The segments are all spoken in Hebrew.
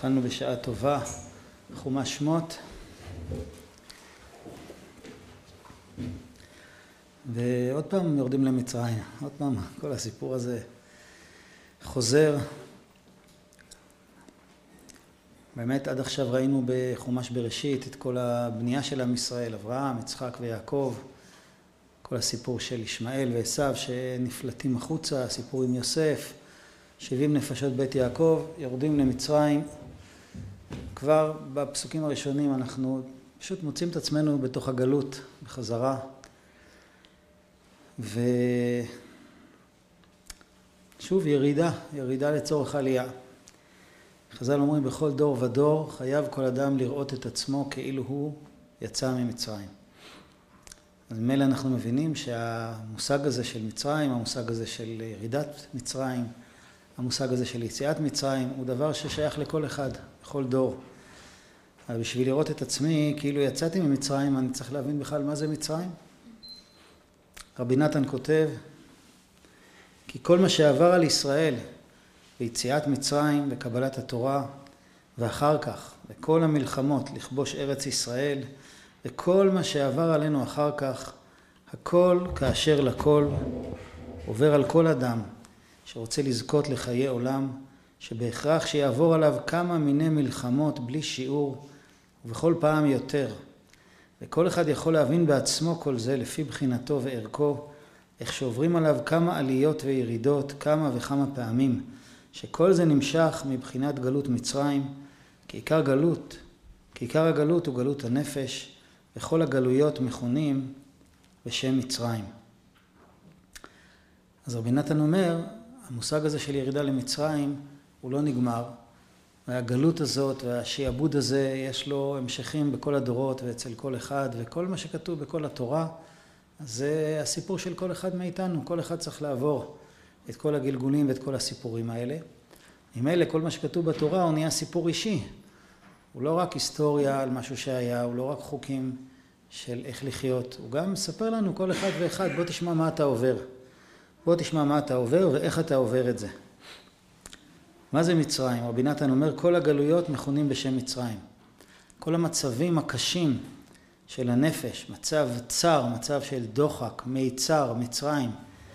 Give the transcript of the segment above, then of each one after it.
התחלנו בשעה טובה, חומש שמות. ועוד פעם יורדים למצרים, עוד פעם כל הסיפור הזה חוזר. באמת עד עכשיו ראינו בחומש בראשית את כל הבנייה של עם ישראל, אברהם, יצחק ויעקב, כל הסיפור של ישמעאל ועשיו שנפלטים החוצה, הסיפור עם יוסף, 70 נפשות בית יעקב, יורדים למצרים. כבר בפסוקים הראשונים אנחנו פשוט מוצאים את עצמנו בתוך הגלות בחזרה. ושוב ירידה לצורך עלייה. חז"ל אומרים בכל דור ודור חייב כל אדם לראות את עצמו כאילו הוא יצא ממצרים. אז ממילא אנחנו מבינים שהמושג הזה של מצרים, המושג הזה של ירידת מצרים, המושג הזה של יציאת מצרים הוא דבר ששייך לכל אחד, לכל דור. אבל בשביל לראות את עצמי כאילו יצאתי ממצרים אני צריך להבין בכלל מה זה מצרים. רבי נתן כותב כי כל מה שעבר על ישראל ביציאת מצרים וקבלת התורה ואחר כך וכל המלחמות לכבוש ארץ ישראל וכל מה שעבר עלינו אחר כך הכל כאשר לכל עובר על כל אדם שרוצה לזכות לחיי עולם שבהכרח שיעבור עליו כמה מיני מלחמות בלי שיעור ובכל פעם יותר וכל אחד יכול להבין בעצמו כל זה לפי בחינתו וערכו איך שעוברים עליו כמה עליות וירידות כמה וכמה פעמים שכל זה נמשך מבחינת גלות מצרים כעיקר הגלות הוא גלות הנפש וכל הגלויות מכונים בשם מצרים. אז רבי נתן אומר המושג הזה של ירידה למצרים הוא לא נגמר והגלות הזאת והשיעבוד הזה יש לו המשכים בכל הדורות ואצל כל אחד וכל מה שכתוב בכל התורה זה הסיפור של כל אחד מאיתנו, כל אחד צריך לעבור את כל הגלגולים ואת כל הסיפורים האלה. עם אלה כל מה שכתוב בתורה הוא נהיה סיפור אישי, הוא לא רק היסטוריה על משהו שהיה, הוא לא רק חוקים של איך לחיות, הוא גם מספר לנו כל אחד ואחד בוא תשמע מה אתה עובר ואיך אתה עובר את זה. מה זה מצרים? רבי נתן אומר כל הגלויות מכונים בשם מצרים. כל המצבים הקשים של הנפש, מצב צר, מצב של דוחק, מיצר, מצרים.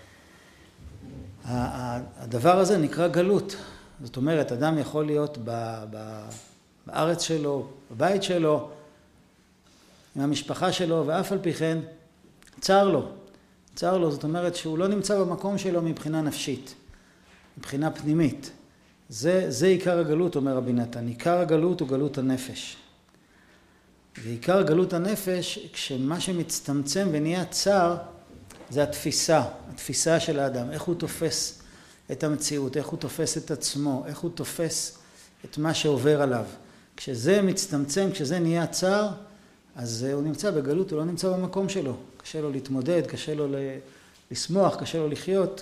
הדבר הזה נקרא גלות. זאת אומרת, אדם יכול להיות בארץ שלו, בבית שלו, עם המשפחה שלו, ואף על פי כן צר לו. זאת אומרת שהוא לא נמצא במקום שלו מבחינה נפשית, מבחינה פנימית. זה עיקר הגלות, אומר רבי נתן. עיקר הגלות הוא גלות הנפש. ועיקר גלות הנפש, כשמה שמצטמצם ונהיה צר, זה התפיסה של האדם. איך הוא תופס את המציאות, איך הוא תופס את עצמו, איך הוא תופס את מה שעובר עליו. כשזה מצטמצם, כשזה נהיה צר, אז הוא נמצא בגלות, הוא לא נמצא במקום שלו. קשה לו להתמודד, קשה לו לשמוח, קשה לו לחיות.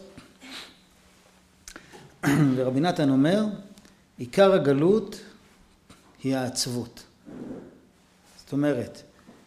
ורבי נתן אומר, עיקר הגלות היא העצבות. זאת אומרת,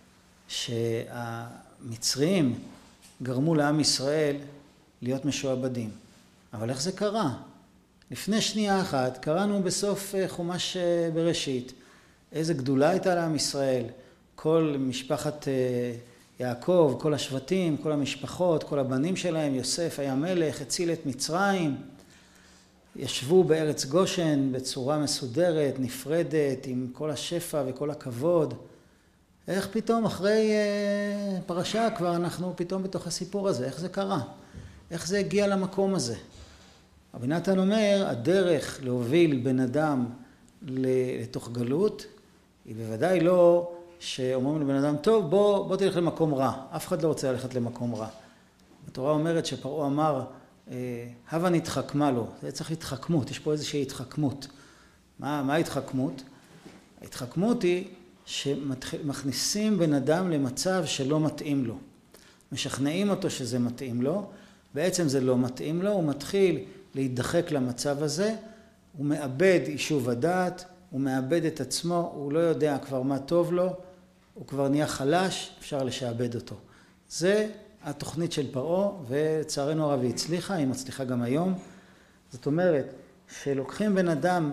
שהמצרים גרמו לעם ישראל להיות משועבדים. אבל איך זה קרה? לפני שנייה אחת, קראנו בסוף חומש בראשית, איזה גדולה הייתה לעם ישראל. כל משפחת יעקב, כל השבטים, כל המשפחות, כל הבנים שלהם, יוסף היה מלך, הציל את מצרים. ישבו בארץ גושן בצורה מסודרת, נפרדת, עם כל השפע וכל הכבוד. איך פתאום אחרי פרשה כבר אנחנו פתאום בתוך הסיפור הזה? איך זה קרה? איך זה הגיע למקום הזה? רבי נתן אומר, הדרך להוביל בן אדם לתוך גלות, היא בוודאי לא שאומרים לבן אדם, טוב בוא תלך למקום רע. אף אחד לא רוצה ללכת למקום רע. התורה אומרת שפרעה אמר, הווה נתחכמה לו. זה צריך התחכמות, יש פה איזושהי התחכמות. מה ההתחכמות? ההתחכמות היא שמכניסים בן אדם למצב שלא מתאים לו. משכנעים אותו שזה מתאים לו, בעצם זה לא מתאים לו, הוא מתחיל להידחק למצב הזה, הוא מאבד יישוב הדעת, הוא מאבד את עצמו, הוא לא יודע כבר מה טוב לו, הוא כבר נהיה חלש, אפשר לשעבד אותו. זה התוכנית של פרעה, ולצערנו הרב היא הצליחה, היא מצליחה גם היום. זאת אומרת, שלוקחים בן אדם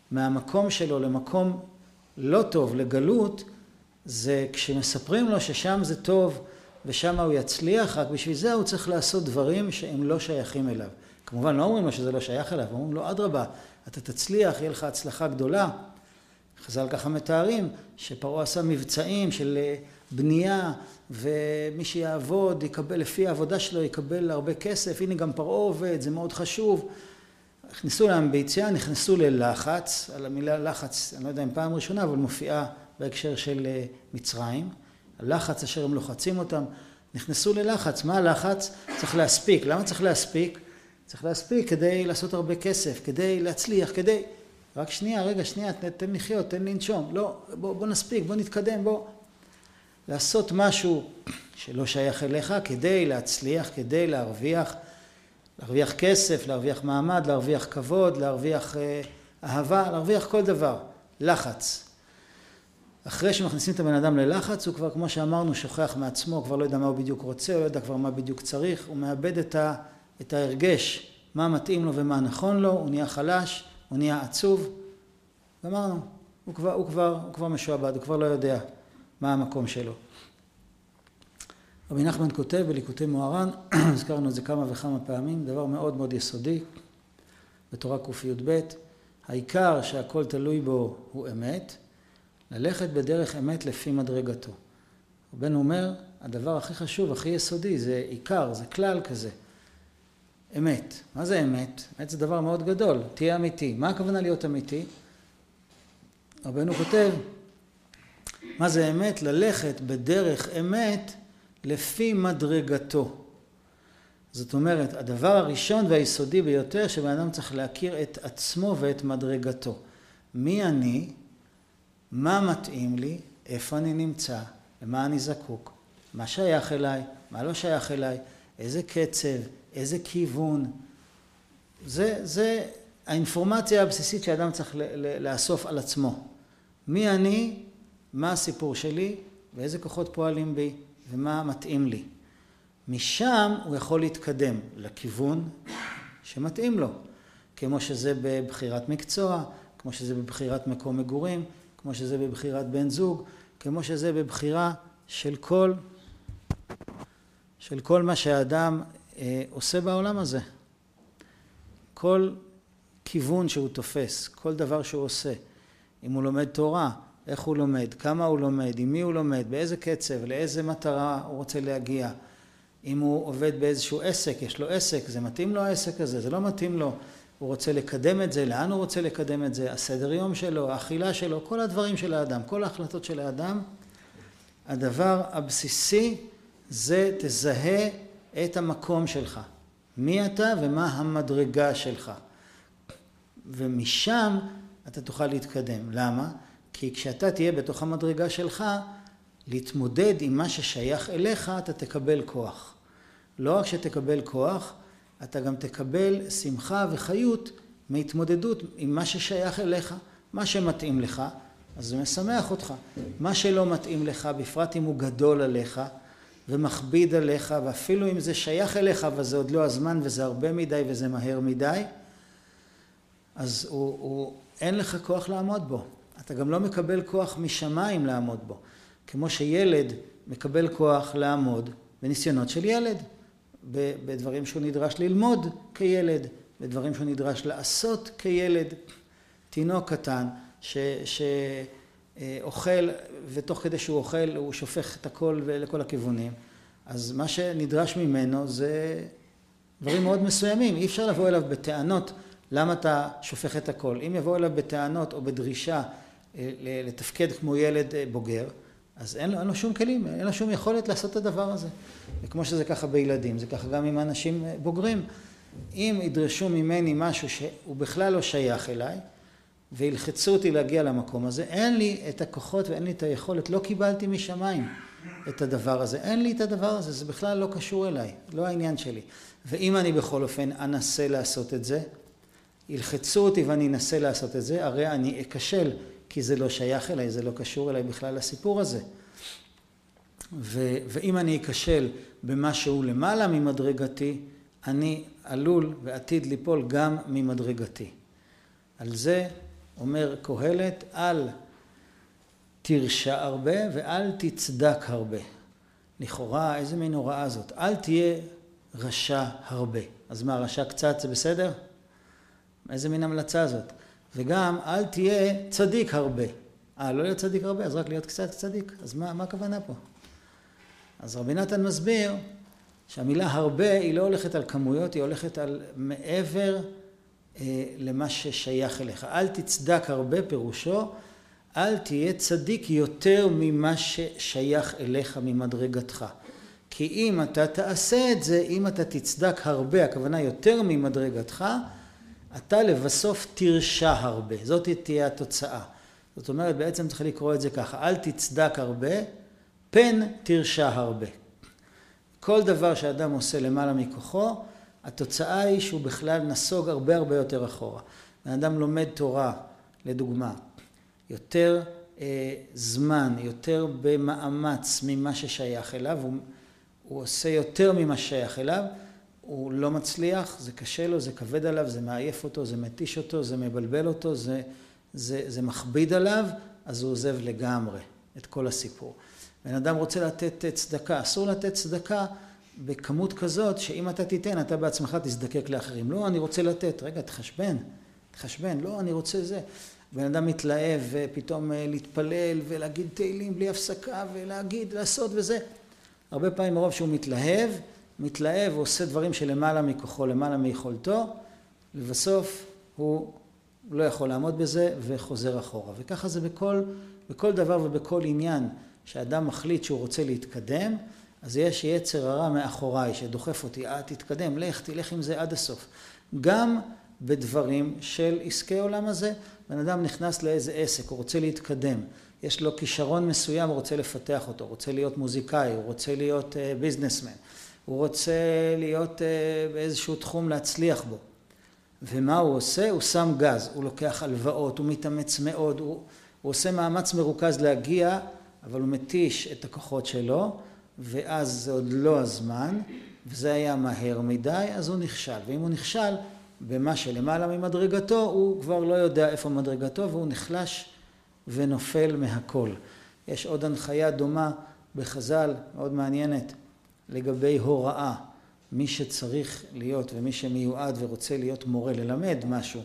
מהמקום שלו למקום לא טוב, לגלות, זה כשמספרים לו ששם זה טוב ושם הוא יצליח, רק בשביל זה הוא צריך לעשות דברים שהם לא שייכים אליו. כמובן לא אומרים לו שזה לא שייך אליו, אומרים לו אדרבה, אתה תצליח, יהיה לך הצלחה גדולה. חז"ל ככה מתארים שפרעה עשה מבצעים של בנייה, ומי שיעבוד יקבל, לפי העבודה שלו יקבל הרבה כסף, הנה גם פרעה עובד, זה מאוד חשוב. נכנסו לאמביציה, נכנסו ללחץ, על המילה לחץ, אני לא יודע אם פעם ראשונה, אבל מופיעה בהקשר של מצרים. הלחץ אשר הם לוחצים אותם, נכנסו ללחץ. מה הלחץ? צריך להספיק. למה צריך להספיק? צריך להספיק כדי לעשות הרבה כסף, כדי להצליח, כדי... רק שנייה, רגע, שנייה, תן לחיות, תן לנשום. לא, בוא נספיק, בוא נתקדם, בוא. לעשות משהו שלא שייך אליך כדי להצליח, כדי להרוויח כסף, להרוויח מעמד, להרוויח כבוד, להרוויח אהבה, להרוויח כל דבר. לחץ. אחרי שמכניסים את הבן אדם ללחץ, הוא כבר, כמו שאמרנו, שוכח מעצמו, הוא כבר לא יודע מה הוא בדיוק רוצה, הוא לא יודע כבר מה בדיוק צריך, הוא מאבד את ההרגש, מה מתאים לו ומה נכון לו, הוא נהיה חלש, הוא נהיה עצוב. ואמרנו, הוא כבר משועבד, הוא כבר לא יודע מה המקום שלו. רבי נחמן כותב בליקוטי מוהר"ן, הזכרנו את זה כמה וכמה פעמים, דבר מאוד מאוד יסודי, בתורה קי"ב, העיקר שהכל תלוי בו הוא אמת, ללכת בדרך אמת לפי מדרגתו. רבנו אומר, הדבר הכי חשוב, הכי יסודי, זה עיקר, זה כלל כזה. אמת. מה זה אמת? אמת זה דבר מאוד גדול, תהיה אמיתי. מה הכוונה להיות אמיתי? רבנו כותב, מה זה אמת? ללכת בדרך אמת לפי מדרגתו. זאת אומרת, הדבר הראשון והיסודי ביותר שבן אדם צריך להכיר את עצמו ואת מדרגתו. מי אני? מה מתאים לי? איפה אני נמצא? למה אני זקוק? מה שייך אליי? מה לא שייך אליי? איזה קצב? איזה כיוון? זה האינפורמציה הבסיסית שאדם צריך לאסוף על עצמו. מי אני? מה הסיפור שלי? ואיזה כוחות פועלים בי? ומה מתאים לי? משם הוא יכול להתקדם לכיוון שמתאים לו. כמו שזה בבחירת מקצוע, כמו שזה בבחירת מקום מגורים, כמו שזה בבחירת בן זוג, כמו שזה בבחירה של כל מה שהאדם עושה בעולם הזה. כל כיוון שהוא תופס, כל דבר שהוא עושה. אם הוא לומד תורה, איך הוא לומד, כמה הוא לומד, עם מי הוא לומד, באיזה קצב, לאיזה מטרה הוא רוצה להגיע. אם הוא עובד באיזשהו עסק, יש לו עסק, זה מתאים לו העסק הזה, זה לא מתאים לו. הוא רוצה לקדם את זה, לאן הוא רוצה לקדם את זה, הסדר יום שלו, האכילה שלו, כל הדברים של האדם, כל ההחלטות של האדם. הדבר הבסיסי זה תזהה את המקום שלך. מי אתה ומה המדרגה שלך. ומשם אתה תוכל להתקדם. למה? כי כשאתה תהיה בתוך המדרגה שלך, להתמודד עם מה ששייך אליך, אתה תקבל כוח. לא רק שתקבל כוח, אתה גם תקבל שמחה וחיות מהתמודדות עם מה ששייך אליך. מה שמתאים לך, אז זה משמח אותך. מה שלא מתאים לך, בפרט אם הוא גדול עליך ומכביד עליך, ואפילו אם זה שייך אליך, וזה עוד לא הזמן וזה הרבה מדי וזה מהר מדי, אז אין לך כוח לעמוד בו. אתה גם לא מקבל כוח משמיים לעמוד בו. כמו שילד מקבל כוח לעמוד בניסיונות של ילד, בדברים שהוא נדרש ללמוד כילד, בדברים שהוא נדרש לעשות כילד. תינוק קטן שאוכל, ותוך כדי שהוא אוכל הוא שופך את הכל לכל הכיוונים. אז מה שנדרש ממנו זה דברים מאוד מסוימים. אי אפשר לבוא אליו בטענות למה אתה שופך את הכל. אם יבוא אליו בטענות או בדרישה לתפקד כמו ילד בוגר, אז אין לו שום כלים, אין לו שום יכולת לעשות את הדבר הזה. וכמו שזה ככה בילדים, זה ככה גם עם אנשים בוגרים. אם ידרשו ממני משהו שהוא בכלל לא שייך אליי, וילחצו אותי להגיע למקום הזה, אין לי את הכוחות ואין לי את היכולת, לא קיבלתי משמיים את הדבר הזה. אין לי את הדבר הזה, זה בכלל לא קשור אליי, לא העניין שלי. ואם אני בכל אופן אנסה לעשות את זה, ילחצו אותי ואני אנסה לעשות את זה, הרי אני אכשל, כי זה לא שייך אליי, זה לא קשור אליי בכלל לסיפור הזה. ואם אני אכשל במשהו למעלה ממדרגתי, אני עלול ועתיד ליפול גם ממדרגתי. על זה אומר קהלת, אל תרשע הרבה ואל תצדק הרבה. לכאורה, איזה מין הוראה זאת? אל תהיה רשע הרבה. אז מה, רשע קצת זה בסדר? איזה מין המלצה זאת? וגם אל תהיה צדיק הרבה. לא להיות צדיק הרבה, אז רק להיות קצת צדיק. אז מה הכוונה פה? אז רבי נתן מסביר שהמילה הרבה היא לא הולכת על כמויות, היא הולכת על מעבר למה ששייך אליך. אל תצדק הרבה פירושו, אל תהיה צדיק יותר ממה ששייך אליך ממדרגתך. כי אם אתה תעשה את זה, אם אתה תצדק הרבה, הכוונה יותר ממדרגתך, אתה לבסוף תרשע הרבה. זאת תהיה התוצאה. זאת אומרת, בעצם צריך לקרוא את זה ככה, אל תצדק הרבה, פן תרשע הרבה. כל דבר שאדם עושה למעלה מכוחו, התוצאה היא שהוא בכלל נסוג הרבה הרבה יותר אחורה. האדם לומד תורה, לדוגמה, יותר זמן, יותר במאמץ ממה ששייך אליו, הוא עושה יותר ממה ששייך אליו, הוא לא מצליח, זה קשה לו, זה כבד עליו, זה מעייף אותו, זה מתיש אותו, זה מבלבל אותו, זה מכביד עליו, אז הוא עוזב לגמרי את כל הסיפור. בן אדם רוצה לתת צדקה, אסור לתת צדקה בכמות כזאת שאם אתה תיתן, אתה בעצמך תזדקק לאחרים. לא, אני רוצה לתת, רגע, תחשבן, לא, אני רוצה זה. בן אדם מתלהב ופתאום להתפלל ולהגיד תהילים בלי הפסקה ולהגיד, לעשות וזה. הרבה פעמים מרוב שהוא מתלהב, הוא עושה דברים שלמעלה מכוחו, למעלה מיכולתו, לבסוף הוא לא יכול לעמוד בזה וחוזר אחורה. וככה זה בכל דבר ובכל עניין שאדם מחליט שהוא רוצה להתקדם, אז יש יצר הרע מאחוריי שדוחף אותי, תתקדם, תלך עם זה עד הסוף. גם בדברים של עסקי עולם הזה, בן אדם נכנס לאיזה עסק, הוא רוצה להתקדם, יש לו כישרון מסוים, הוא רוצה לפתח אותו, הוא רוצה להיות מוזיקאי, הוא רוצה להיות ביזנסמן, הוא רוצה להיות באיזשהו תחום להצליח בו. ומה הוא עושה? הוא שם גז, הוא לוקח הלוואות, הוא מתאמץ מאוד, הוא עושה מאמץ מרוכז להגיע, אבל הוא מתיש את הכוחות שלו, ואז זה עוד לא הזמן, וזה היה מהר מדי, אז הוא נכשל. ואם הוא נכשל במה שלמעלה ממדרגתו, הוא כבר לא יודע איפה מדרגתו, והוא נחלש ונופל מהכל. יש עוד הנחיה דומה בחז"ל, מאוד מעניינת, לגבי הוראה. מי שצריך להיות ומי שמיועד ורוצה להיות מורה ללמד משהו.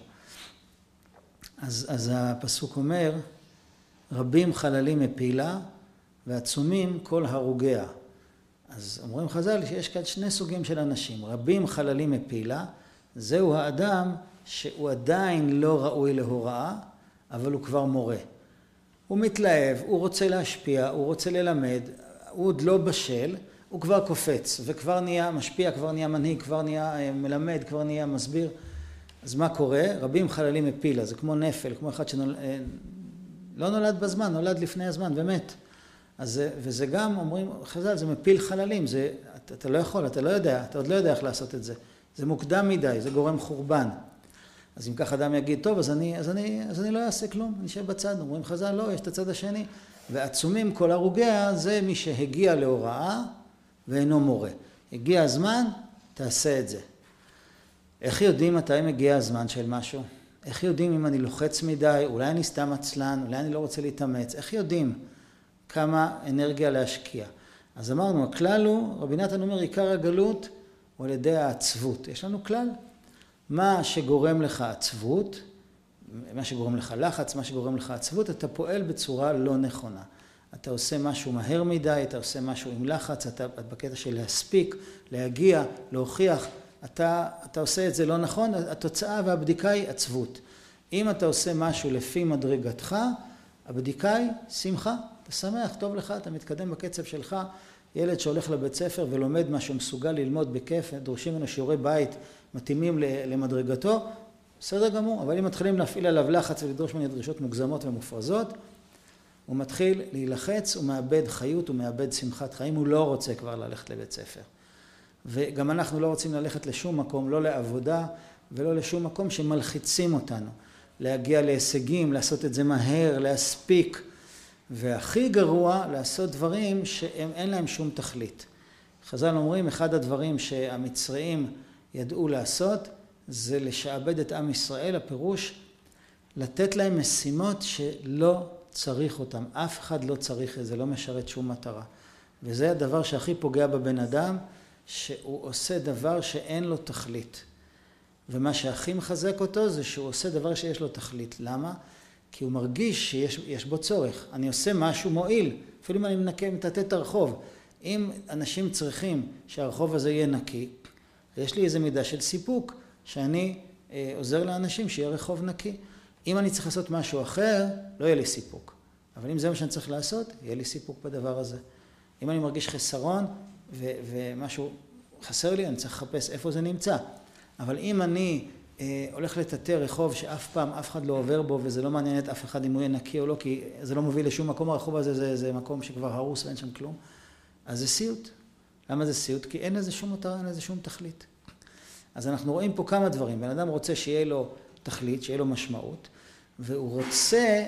אז הפסוק אומר, רבים חללים מפילה ועצומים כל הרוגיה. אז אומרים חז"ל שיש כאן שני סוגים של אנשים. רבים חללים מפילה, זהו האדם שהוא עדיין לא ראוי להוראה, אבל הוא כבר מורה. הוא מתלהב, הוא רוצה להשפיע, הוא רוצה ללמד, הוא עוד לא בשל, הוא כבר קופץ וכבר נהיה משפיע, כבר נהיה מנהיג, כבר נהיה מלמד, כבר נהיה מסביר. אז מה קורה? רבים חללים מפילה, זה כמו נפל, כמו אחד שלא נולד בזמן, נולד לפני הזמן ומת. וזה גם, אומרים, חז"ל, זה מפיל חללים, אתה לא יכול, אתה לא יודע, אתה עוד לא יודע איך לעשות את זה. זה מוקדם מדי, זה גורם חורבן. אז אם כך אדם יגיד, טוב, אז אני לא אעשה כלום, אני אשב בצד. אומרים חז"ל, לא, יש את הצד השני. ועצומים כל הרוגיה, זה מי שהגיע להוראה ואינו מורה. הגיע הזמן, תעשה את זה. איך יודעים מתי מגיע הזמן של משהו? איך יודעים אם אני לוחץ מדי, אולי אני סתם עצלן, אולי אני לא רוצה להתאמץ? איך יודעים כמה אנרגיה להשקיע? אז אמרנו, הכלל הוא, רבי נתן אומר, עיקר הגלות הוא על ידי העצבות. יש לנו כלל. מה שגורם לך עצבות, מה שגורם לך לחץ, מה שגורם לך עצבות, אתה פועל בצורה לא נכונה. אתה עושה משהו מהר מדי, אתה עושה משהו עם לחץ, אתה בקטע של להספיק, להגיע, להוכיח, אתה עושה את זה לא נכון, התוצאה והבדיקה היא עצבות. אם אתה עושה משהו לפי מדרגתך, הבדיקה היא שמחה, אתה שמח, טוב לך, אתה מתקדם בקצב שלך. ילד שהולך לבית ספר ולומד משהו, מסוגל ללמוד בכיף, דורשים ממנו שיעורי בית מתאימים למדרגתו, בסדר גמור, אבל אם מתחילים להפעיל עליו לחץ ולדרוש ממנו דרישות מוגזמות ומופרזות, הוא מתחיל להילחץ, הוא מאבד חיות, הוא מאבד שמחת חיים, הוא לא רוצה כבר ללכת לבית ספר. וגם אנחנו לא רוצים ללכת לשום מקום, לא לעבודה ולא לשום מקום שמלחיצים אותנו. להגיע להישגים, לעשות את זה מהר, להספיק. והכי גרוע, לעשות דברים שאין להם שום תכלית. חז"ל אומרים, אחד הדברים שהמצרים ידעו לעשות, זה לשעבד את עם ישראל, הפירוש, לתת להם משימות שלא צריך אותם. אף אחד לא צריך את זה, לא משרת שום מטרה. וזה הדבר שהכי פוגע בבן אדם, שהוא עושה דבר שאין לו תכלית. ומה שהכי מחזק אותו זה שהוא עושה דבר שיש לו תכלית. למה? כי הוא מרגיש שיש בו צורך. אני עושה משהו מועיל, אפילו אם אני מטאטא את הרחוב. אם אנשים צריכים שהרחוב הזה יהיה נקי, יש לי איזו מידה של סיפוק, שאני עוזר לאנשים שיהיה רחוב נקי. אם אני צריך לעשות משהו אחר, לא יהיה לי סיפוק. אבל אם זה מה שאני צריך לעשות, יהיה לי סיפוק בדבר הזה. אם אני מרגיש חסרון ומשהו חסר לי, אני צריך לחפש איפה זה נמצא. אבל אם אני הולך לטאטא רחוב שאף פעם אף אחד לא עובר בו, וזה לא מעניין את אף אחד אם הוא יהיה נקי או לא, כי זה לא מוביל לשום מקום, הרחוב הזה זה מקום שכבר הרוס ואין שם כלום, אז זה סיוט. למה זה סיוט? כי אין לזה שום מטרה, אין לזה שום תכלית. אז אנחנו רואים פה כמה דברים. בן אדם רוצה שיהיה לו תכלית, שיהיה לו משמעות, והוא רוצה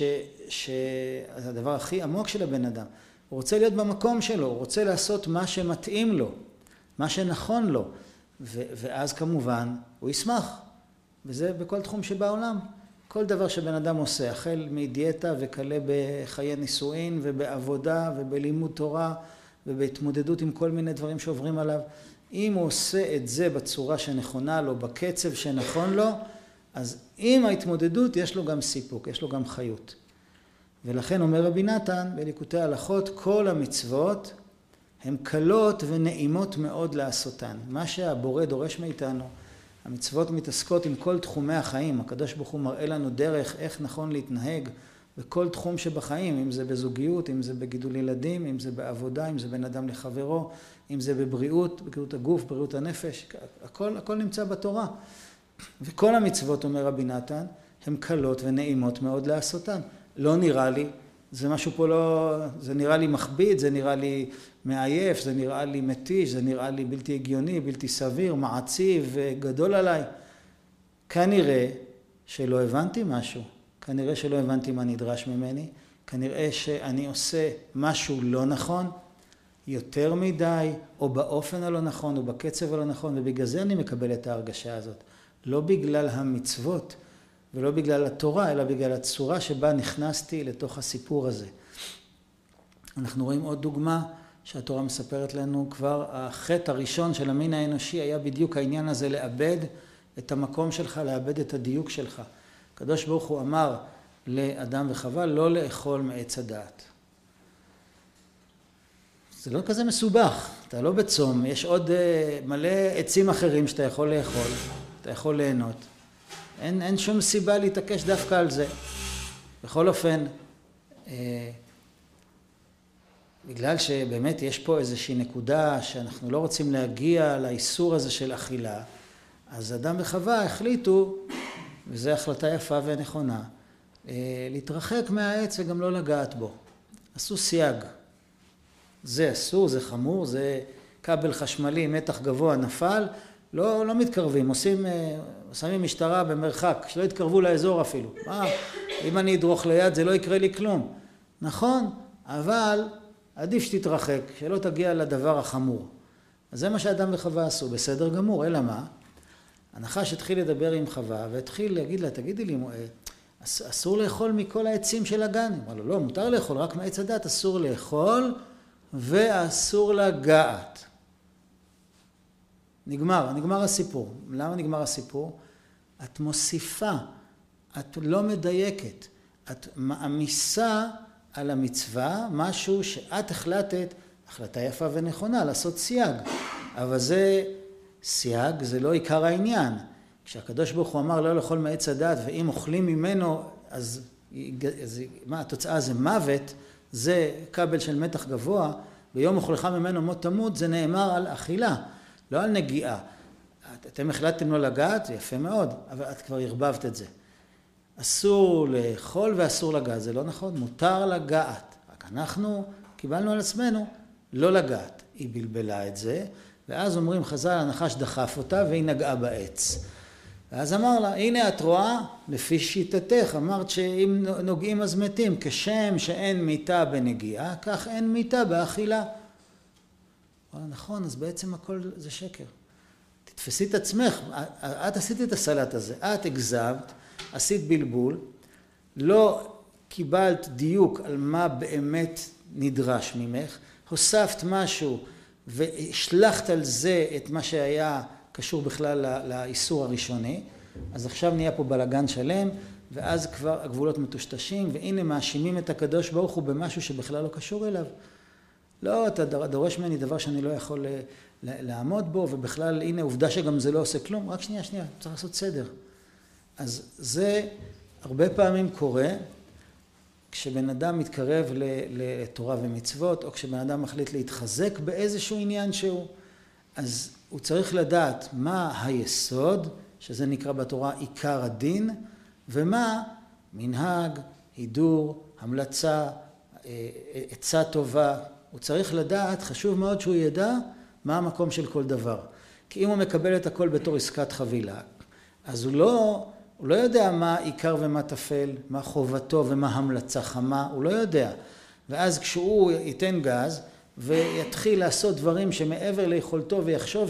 הדבר הכי עמוק של הבן אדם, הוא רוצה להיות במקום שלו, הוא רוצה לעשות מה שמתאים לו, מה שנכון לו, ואז כמובן הוא ישמח, וזה בכל תחום שבעולם. כל דבר שבן אדם עושה, החל מדיאטה וכלה בחיי נישואין ובעבודה ובלימוד תורה ובהתמודדות עם כל מיני דברים שעוברים עליו, אם הוא עושה את זה בצורה שנכונה לו, בקצב שנכון לו, אז עם ההתמודדות יש לו גם סיפוק, יש לו גם חיות. ולכן אומר רבי נתן בליקוטי ההלכות, כל המצוות הן קלות ונעימות מאוד לעשותן. מה שהבורא דורש מאיתנו, המצוות מתעסקות עם כל תחומי החיים. הקדוש ברוך הוא מראה לנו דרך איך נכון להתנהג בכל תחום שבחיים, אם זה בזוגיות, אם זה בגידול ילדים, אם זה בעבודה, אם זה בין אדם לחברו, אם זה בבריאות, בבריאות הגוף, בריאות הנפש, הכל נמצא בתורה. וכל המצוות, אומר רבי נתן, הן קלות ונעימות מאוד לעשותן. לא נראה לי, זה משהו פה לא, זה נראה לי מכביד, זה נראה לי מעייף, זה נראה לי מתיש, זה נראה לי בלתי הגיוני, בלתי סביר, מעציב, גדול עליי. כנראה שלא הבנתי משהו, כנראה שלא הבנתי מה נדרש ממני, כנראה שאני עושה משהו לא נכון, יותר מדי, או באופן הלא נכון, או בקצב הלא נכון, ובגלל זה אני מקבל את ההרגשה הזאת. לא בגלל המצוות, ולא בגלל התורה, אלא בגלל הצורה שבה נכנסתי לתוך הסיפור הזה. אנחנו רואים עוד דוגמה שהתורה מספרת לנו, כבר החטא הראשון של המין האנושי היה בדיוק העניין הזה, לאבד את המקום שלך, לאבד את הדיוק שלך. הקדוש ברוך הוא אמר לאדם וחווה לא לאכול מעץ הדעת. זה לא כזה מסובך, אתה לא בצום, יש עוד מלא עצים אחרים שאתה יכול לאכול, אתה יכול ליהנות. אין שום סיבה להתעקש דווקא על זה. בכל אופן, בגלל שבאמת יש פה איזושהי נקודה שאנחנו לא רוצים להגיע לאיסור הזה של אכילה, אז אדם וחווה החליטו, וזו החלטה יפה ונכונה, להתרחק מהעץ וגם לא לגעת בו. עשו סייג. זה אסור, זה חמור, זה כבל חשמלי, מתח גבוה נפל, לא מתקרבים, שמים משטרה במרחק, שלא יתקרבו לאזור אפילו. אם אני אדרוך ליד זה לא יקרה לי כלום. נכון, אבל עדיף שתתרחק, שלא תגיע לדבר החמור. אז זה מה שאדם וחווה עשו, בסדר גמור, אלא מה? הנחש התחיל לדבר עם חווה והתחיל להגיד לה, תגידי לי, אסור לאכול מכל העצים של הגן. אמר לו, לא, מותר לאכול, רק מעץ הדת אסור לאכול ואסור לגעת. נגמר הסיפור. למה נגמר הסיפור? את מוסיפה, את לא מדייקת, את מעמיסה על המצווה משהו שאת החלטת, החלטה יפה ונכונה, לעשות סייג. אבל זה סייג, זה לא עיקר העניין. כשהקדוש ברוך הוא אמר לא לאכול מעץ הדת, ואם אוכלים ממנו, אז מה, התוצאה זה מוות, זה כבל של מתח גבוה, ביום אוכלך ממנו מות תמות, זה נאמר על אכילה. לא על נגיעה. אתם החלטתם לא לגעת, זה יפה מאוד, אבל את כבר הרבבת את זה. אסור לאכול ואסור לגעת, זה לא נכון, מותר לגעת. רק אנחנו קיבלנו על עצמנו לא לגעת. היא בלבלה את זה, ואז אומרים חז"ל, הנחש דחף אותה והיא נגעה בעץ. ואז אמר לה, הנה את רואה, לפי שיטתך, אמרת שאם נוגעים אז מתים, כשם שאין מיתה בנגיעה, כך אין מיתה באכילה. נכון, אז בעצם הכל זה שקר. תתפסי את עצמך, את עשית את הסלט הזה, את הגזמת, עשית בלבול, לא קיבלת דיוק על מה באמת נדרש ממך, הוספת משהו והשלחת על זה את מה שהיה קשור בכלל לאיסור הראשוני, אז עכשיו נהיה פה בלגן שלם, ואז כבר הגבולות מטושטשים, והנה מאשימים את הקדוש ברוך הוא במשהו שבכלל לא קשור אליו. לא, אתה דורש ממני דבר שאני לא יכול לעמוד בו, ובכלל הנה עובדה שגם זה לא עושה כלום, רק שנייה, צריך לעשות סדר. אז זה הרבה פעמים קורה, כשבן אדם מתקרב לתורה ומצוות, או כשבן אדם מחליט להתחזק באיזשהו עניין שהוא, אז הוא צריך לדעת מה היסוד, שזה נקרא בתורה עיקר הדין, ומה מנהג, הידור, המלצה, עצה טובה. הוא צריך לדעת, חשוב מאוד שהוא ידע מה המקום של כל דבר. כי אם הוא מקבל את הכל בתור עסקת חבילה, אז הוא לא יודע מה עיקר ומה תפל, מה חובתו ומה המלצה חמה, הוא לא יודע. ואז כשהוא ייתן גז ויתחיל לעשות דברים שמעבר ליכולתו ויחשוב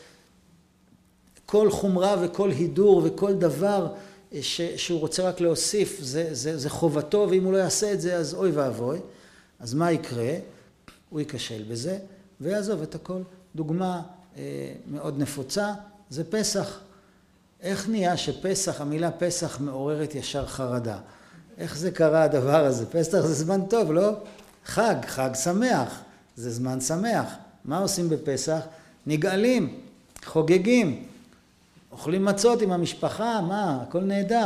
שכל חומרה וכל הידור וכל דבר שהוא רוצה רק להוסיף זה חובתו, ואם הוא לא יעשה את זה אז אוי ואבוי. אז מה יקרה? הוא ייכשל בזה ויעזוב את הכל. דוגמה מאוד נפוצה זה פסח. איך נהיה שפסח, המילה פסח מעוררת ישר חרדה? איך זה קרה הדבר הזה? פסח זה זמן טוב, לא? חג שמח, זה זמן שמח. מה עושים בפסח? נגאלים, חוגגים, אוכלים מצות עם המשפחה, מה? הכל נהדר.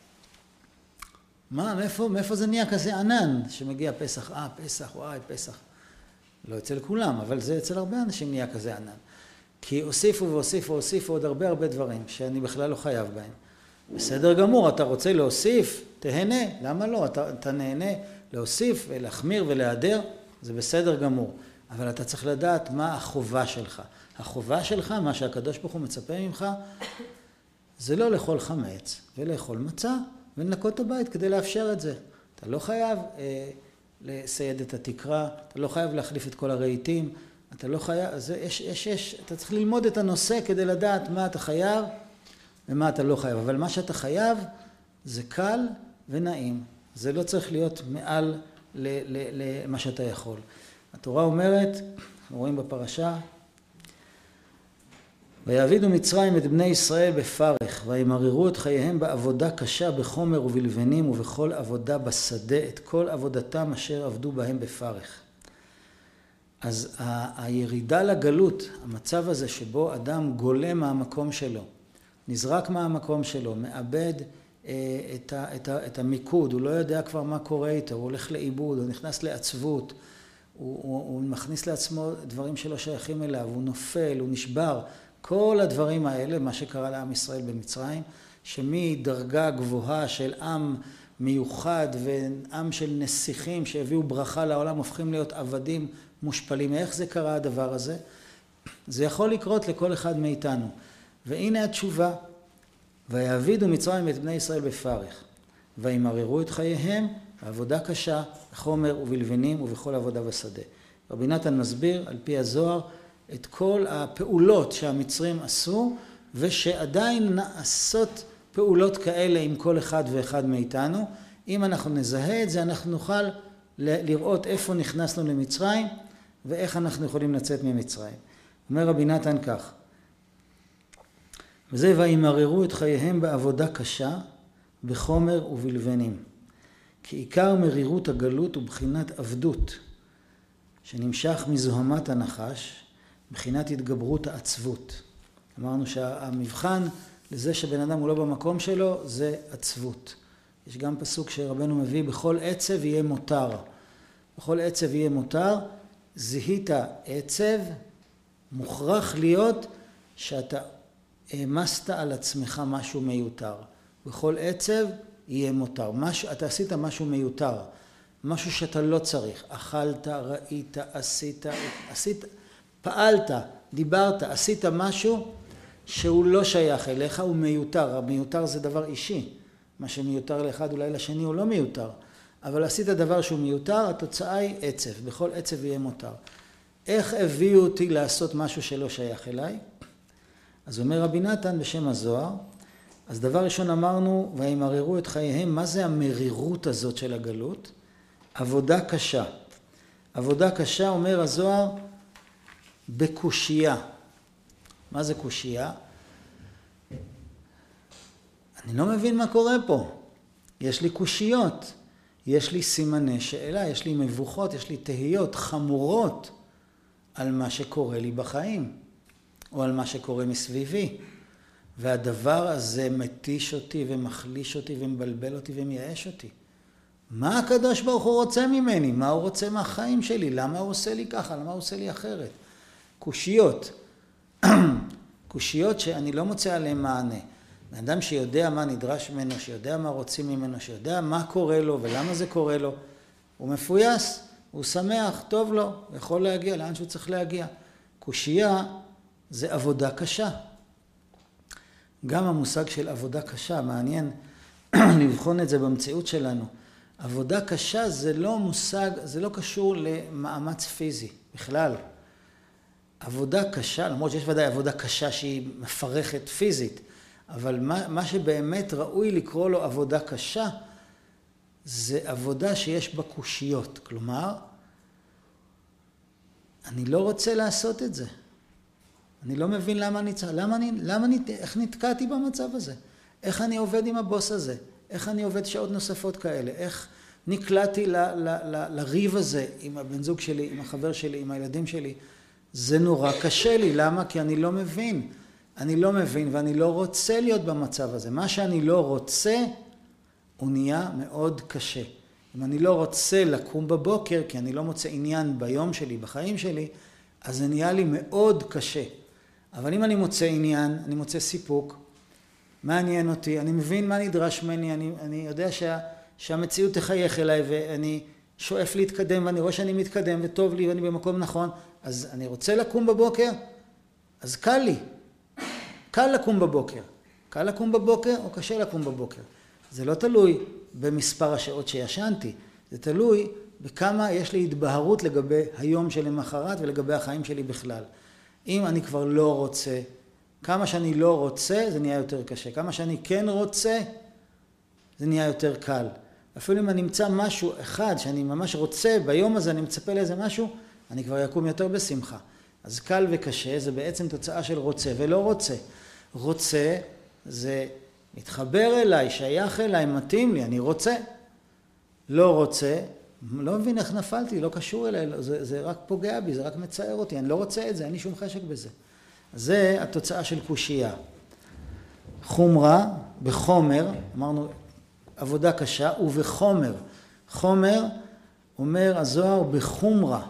מאיפה זה נהיה כזה ענן שמגיע פסח? פסח, וואי, פסח. לא אצל כולם, אבל זה אצל הרבה אנשים נהיה כזה ענן. כי הוסיפו והוסיפו עוד הרבה דברים שאני בכלל לא חייב בהם. בסדר גמור, אתה רוצה להוסיף, תהנה, למה לא? אתה נהנה להוסיף ולהחמיר ולהיעדר, זה בסדר גמור. אבל אתה צריך לדעת מה החובה שלך. החובה שלך, מה שהקדוש ברוך הוא מצפה ממך, זה לא לאכול חמץ ולאכול מצה ולנקות את הבית כדי לאפשר את זה. אתה לא חייב לסייד את התקרה, אתה לא חייב להחליף את כל הרהיטים, אתה לא חייב, אתה צריך ללמוד את הנושא כדי לדעת מה אתה חייב ומה אתה לא חייב. אבל מה שאתה חייב זה קל ונעים. זה לא צריך להיות מעל למה שאתה יכול. התורה אומרת, אנחנו רואים בפרשה, ויעבידו מצרים את בני ישראל בפרך, וימררו את חייהם בעבודה קשה בחומר ובלבנים ובכל עבודה בשדה, את כל עבודתם אשר עבדו בהם בפרך. אז הירידה לגלות, המצב הזה שבו אדם גולה מהמקום שלו, נזרק מהמקום שלו, מאבד את המיקוד, הוא לא יודע כבר מה קורה איתו, הוא הולך לאיבוד, הוא נכנס לעצבות, הוא מכניס לעצמו דברים שלא שייכים אליו, הוא נופל, הוא נשבר. כל הדברים האלה, מה שקרה לעם ישראל במצרים, שמדרגה גבוהה של עם מיוחד ועם של נסיכים שהביאו ברכה לעולם, הופכים להיות עבדים מושפלים. איך זה קרה הדבר הזה? זה יכול לקרות לכל אחד מאיתנו. והנה התשובה, ויעבידו מצרים את בני ישראל בפרך, וימררו את חייהם בעבודה קשה, בחומר ובלבנים ובכל עבודה בשדה. רבי נתן מסביר על פי הזוהר את כל הפעולות שהמצרים עשו, ושעדיין נעשות פעולות כאלה עם כל אחד ואחד מאיתנו. אם אנחנו נזהה את זה, אנחנו נוכל לראות איפה נכנסנו למצרים, ואיך אנחנו יכולים לצאת ממצרים. אומר רבי נתן כך, וזה וימררו את חייהם בעבודה קשה, בחומר ובלבנים. כי עיקר מרירות הגלות הוא בחינת עבדות, שנמשך מזוהמת הנחש, בחינת התגברות העצבות. אמרנו שהמבחן לזה שבן אדם הוא לא במקום שלו, זה עצבות. יש גם פסוק שרבנו מביא, בכל עצב יהיה מותר. בכל עצב יהיה מותר, זיהית עצב, מוכרח להיות שאתה העמסת על עצמך משהו מיותר. בכל עצב יהיה מותר. אתה עשית משהו מיותר, משהו שאתה לא צריך. אכלת, ראית, עשית, פעלת, דיברת, עשית משהו שהוא לא שייך אליך, הוא מיותר. המיותר זה דבר אישי. מה שמיותר לאחד אולי לשני הוא לא מיותר. אבל עשית דבר שהוא מיותר, התוצאה היא עצב. בכל עצב יהיה מותר. איך הביאו אותי לעשות משהו שלא שייך אליי? אז אומר רבי נתן בשם הזוהר, אז דבר ראשון אמרנו, וימררו את חייהם. מה זה המרירות הזאת של הגלות? עבודה קשה. עבודה קשה, אומר הזוהר, בקושייה. מה זה קושייה? אני לא מבין מה קורה פה. יש לי קושיות, יש לי סימני שאלה, יש לי מבוכות, יש לי תהיות חמורות על מה שקורה לי בחיים, או על מה שקורה מסביבי. והדבר הזה מתיש אותי ומחליש אותי ומבלבל אותי ומייאש אותי. מה הקדוש ברוך הוא רוצה ממני? מה הוא רוצה מהחיים שלי? למה הוא עושה לי ככה? למה הוא עושה לי אחרת? קושיות. קושיות שאני לא מוצא עליהן מענה. האדם שיודע מה נדרש ממנו, שיודע מה רוצים ממנו, שיודע מה קורה לו ולמה זה קורה לו, הוא מפויס, הוא שמח, טוב לו, הוא יכול להגיע לאן שהוא צריך להגיע. קושייה זה עבודה קשה. גם המושג של עבודה קשה, מעניין לבחון את זה במציאות שלנו. עבודה קשה זה לא מושג, זה לא קשור למאמץ פיזי בכלל. עבודה קשה, למרות שיש ודאי עבודה קשה שהיא מפרכת פיזית, אבל מה שבאמת ראוי לקרוא לו עבודה קשה, זה עבודה שיש בה קושיות. כלומר, אני לא רוצה לעשות את זה. אני לא מבין איך נתקעתי במצב הזה? איך אני עובד עם הבוס הזה? איך אני עובד שעות נוספות כאלה? איך נקלעתי לריב הזה עם הבן זוג שלי, עם החבר שלי, עם הילדים שלי? זה נורא קשה לי. למה? כי אני לא מבין. אני לא מבין ואני לא רוצה להיות במצב הזה. מה שאני לא רוצה, הוא נהיה מאוד קשה. אם אני לא רוצה לקום בבוקר, כי אני לא מוצא עניין ביום שלי, בחיים שלי, אז זה נהיה לי מאוד קשה. אבל אם אני מוצא עניין, אני מוצא סיפוק, מעניין אותי, אני מבין מה נדרש ממני, אני יודע שהמציאות תחייך אליי ואני שואף להתקדם ואני רואה שאני מתקדם וטוב לי ואני במקום נכון, אז אני רוצה לקום בבוקר, אז קל לי. קל לקום בבוקר. קל לקום בבוקר או קשה לקום בבוקר. זה לא תלוי במספר השעות שישנתי, זה תלוי בכמה יש לי התבהרות לגבי היום שלמחרת ולגבי החיים שלי בכלל. אם אני כבר לא רוצה, כמה שאני לא רוצה, זה נהיה יותר קשה. כמה שאני כן רוצה, זה נהיה יותר קל. אפילו אם אני אמצא משהו אחד שאני ממש רוצה, ביום הזה אני מצפה לאיזה משהו, אני כבר יקום יותר בשמחה. אז קל וקשה זה בעצם תוצאה של רוצה ולא רוצה. רוצה זה מתחבר אליי, שייך אליי, מתאים לי, אני רוצה. לא רוצה, לא מבין איך נפלתי, לא קשור אליי, זה רק פוגע בי, זה רק מצער אותי, אני לא רוצה את זה, אין לי שום חשק בזה. זה התוצאה של קושייה. חומרה, בחומר, אמרנו עבודה קשה, ובחומר. חומר, אומר הזוהר, בחומרה.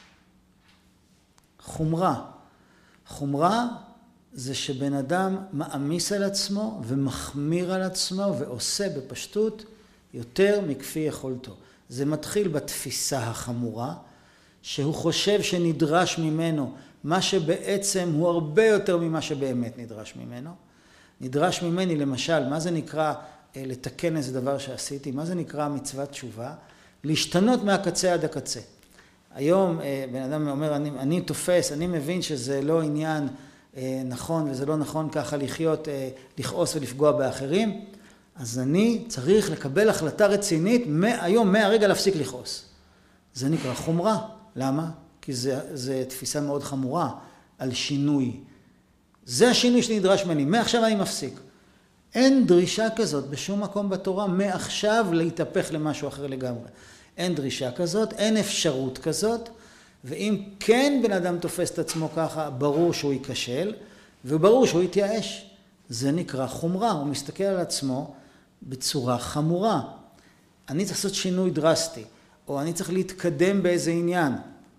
חומרה. חומרה זה שבן אדם מאמיס על עצמו ומחמיר על עצמו ועושה בפשטות יותר מכפי יכולתו. זה מתחיל בתפיסה החמורה, שהוא חושב שנדרש ממנו מה שבעצם הוא הרבה יותר ממה שבאמת נדרש ממנו. נדרש ממני למשל, מה זה נקרא לתקן איזה דבר שעשיתי? מה זה נקרא מצוות תשובה? להשתנות מהקצה עד הקצה. היום בן אדם אומר, אני תופס, אני מבין שזה לא עניין נכון וזה לא נכון ככה לחיות, לכעוס ולפגוע באחרים, אז אני צריך לקבל החלטה רצינית היום, מהרגע להפסיק לכעוס. זה נקרא חומרה. למה? כי זה תפיסה מאוד חמורה על שינוי. זה השינוי שנדרש ממני, מעכשיו אני מפסיק. אין דרישה כזאת בשום מקום בתורה, מעכשיו להתהפך למשהו אחר לגמרי. אין דרישה כזאת, אין אפשרות כזאת, ואם כן בן אדם תופס את עצמו ככה, ברור שהוא ייכשל, וברור שהוא יתייאש. זה נקרא חומרה, הוא מסתכל על עצמו בצורה חמורה. אני צריך לעשות שינוי דרסטי, או אני צריך להתקדם באיזה עניין.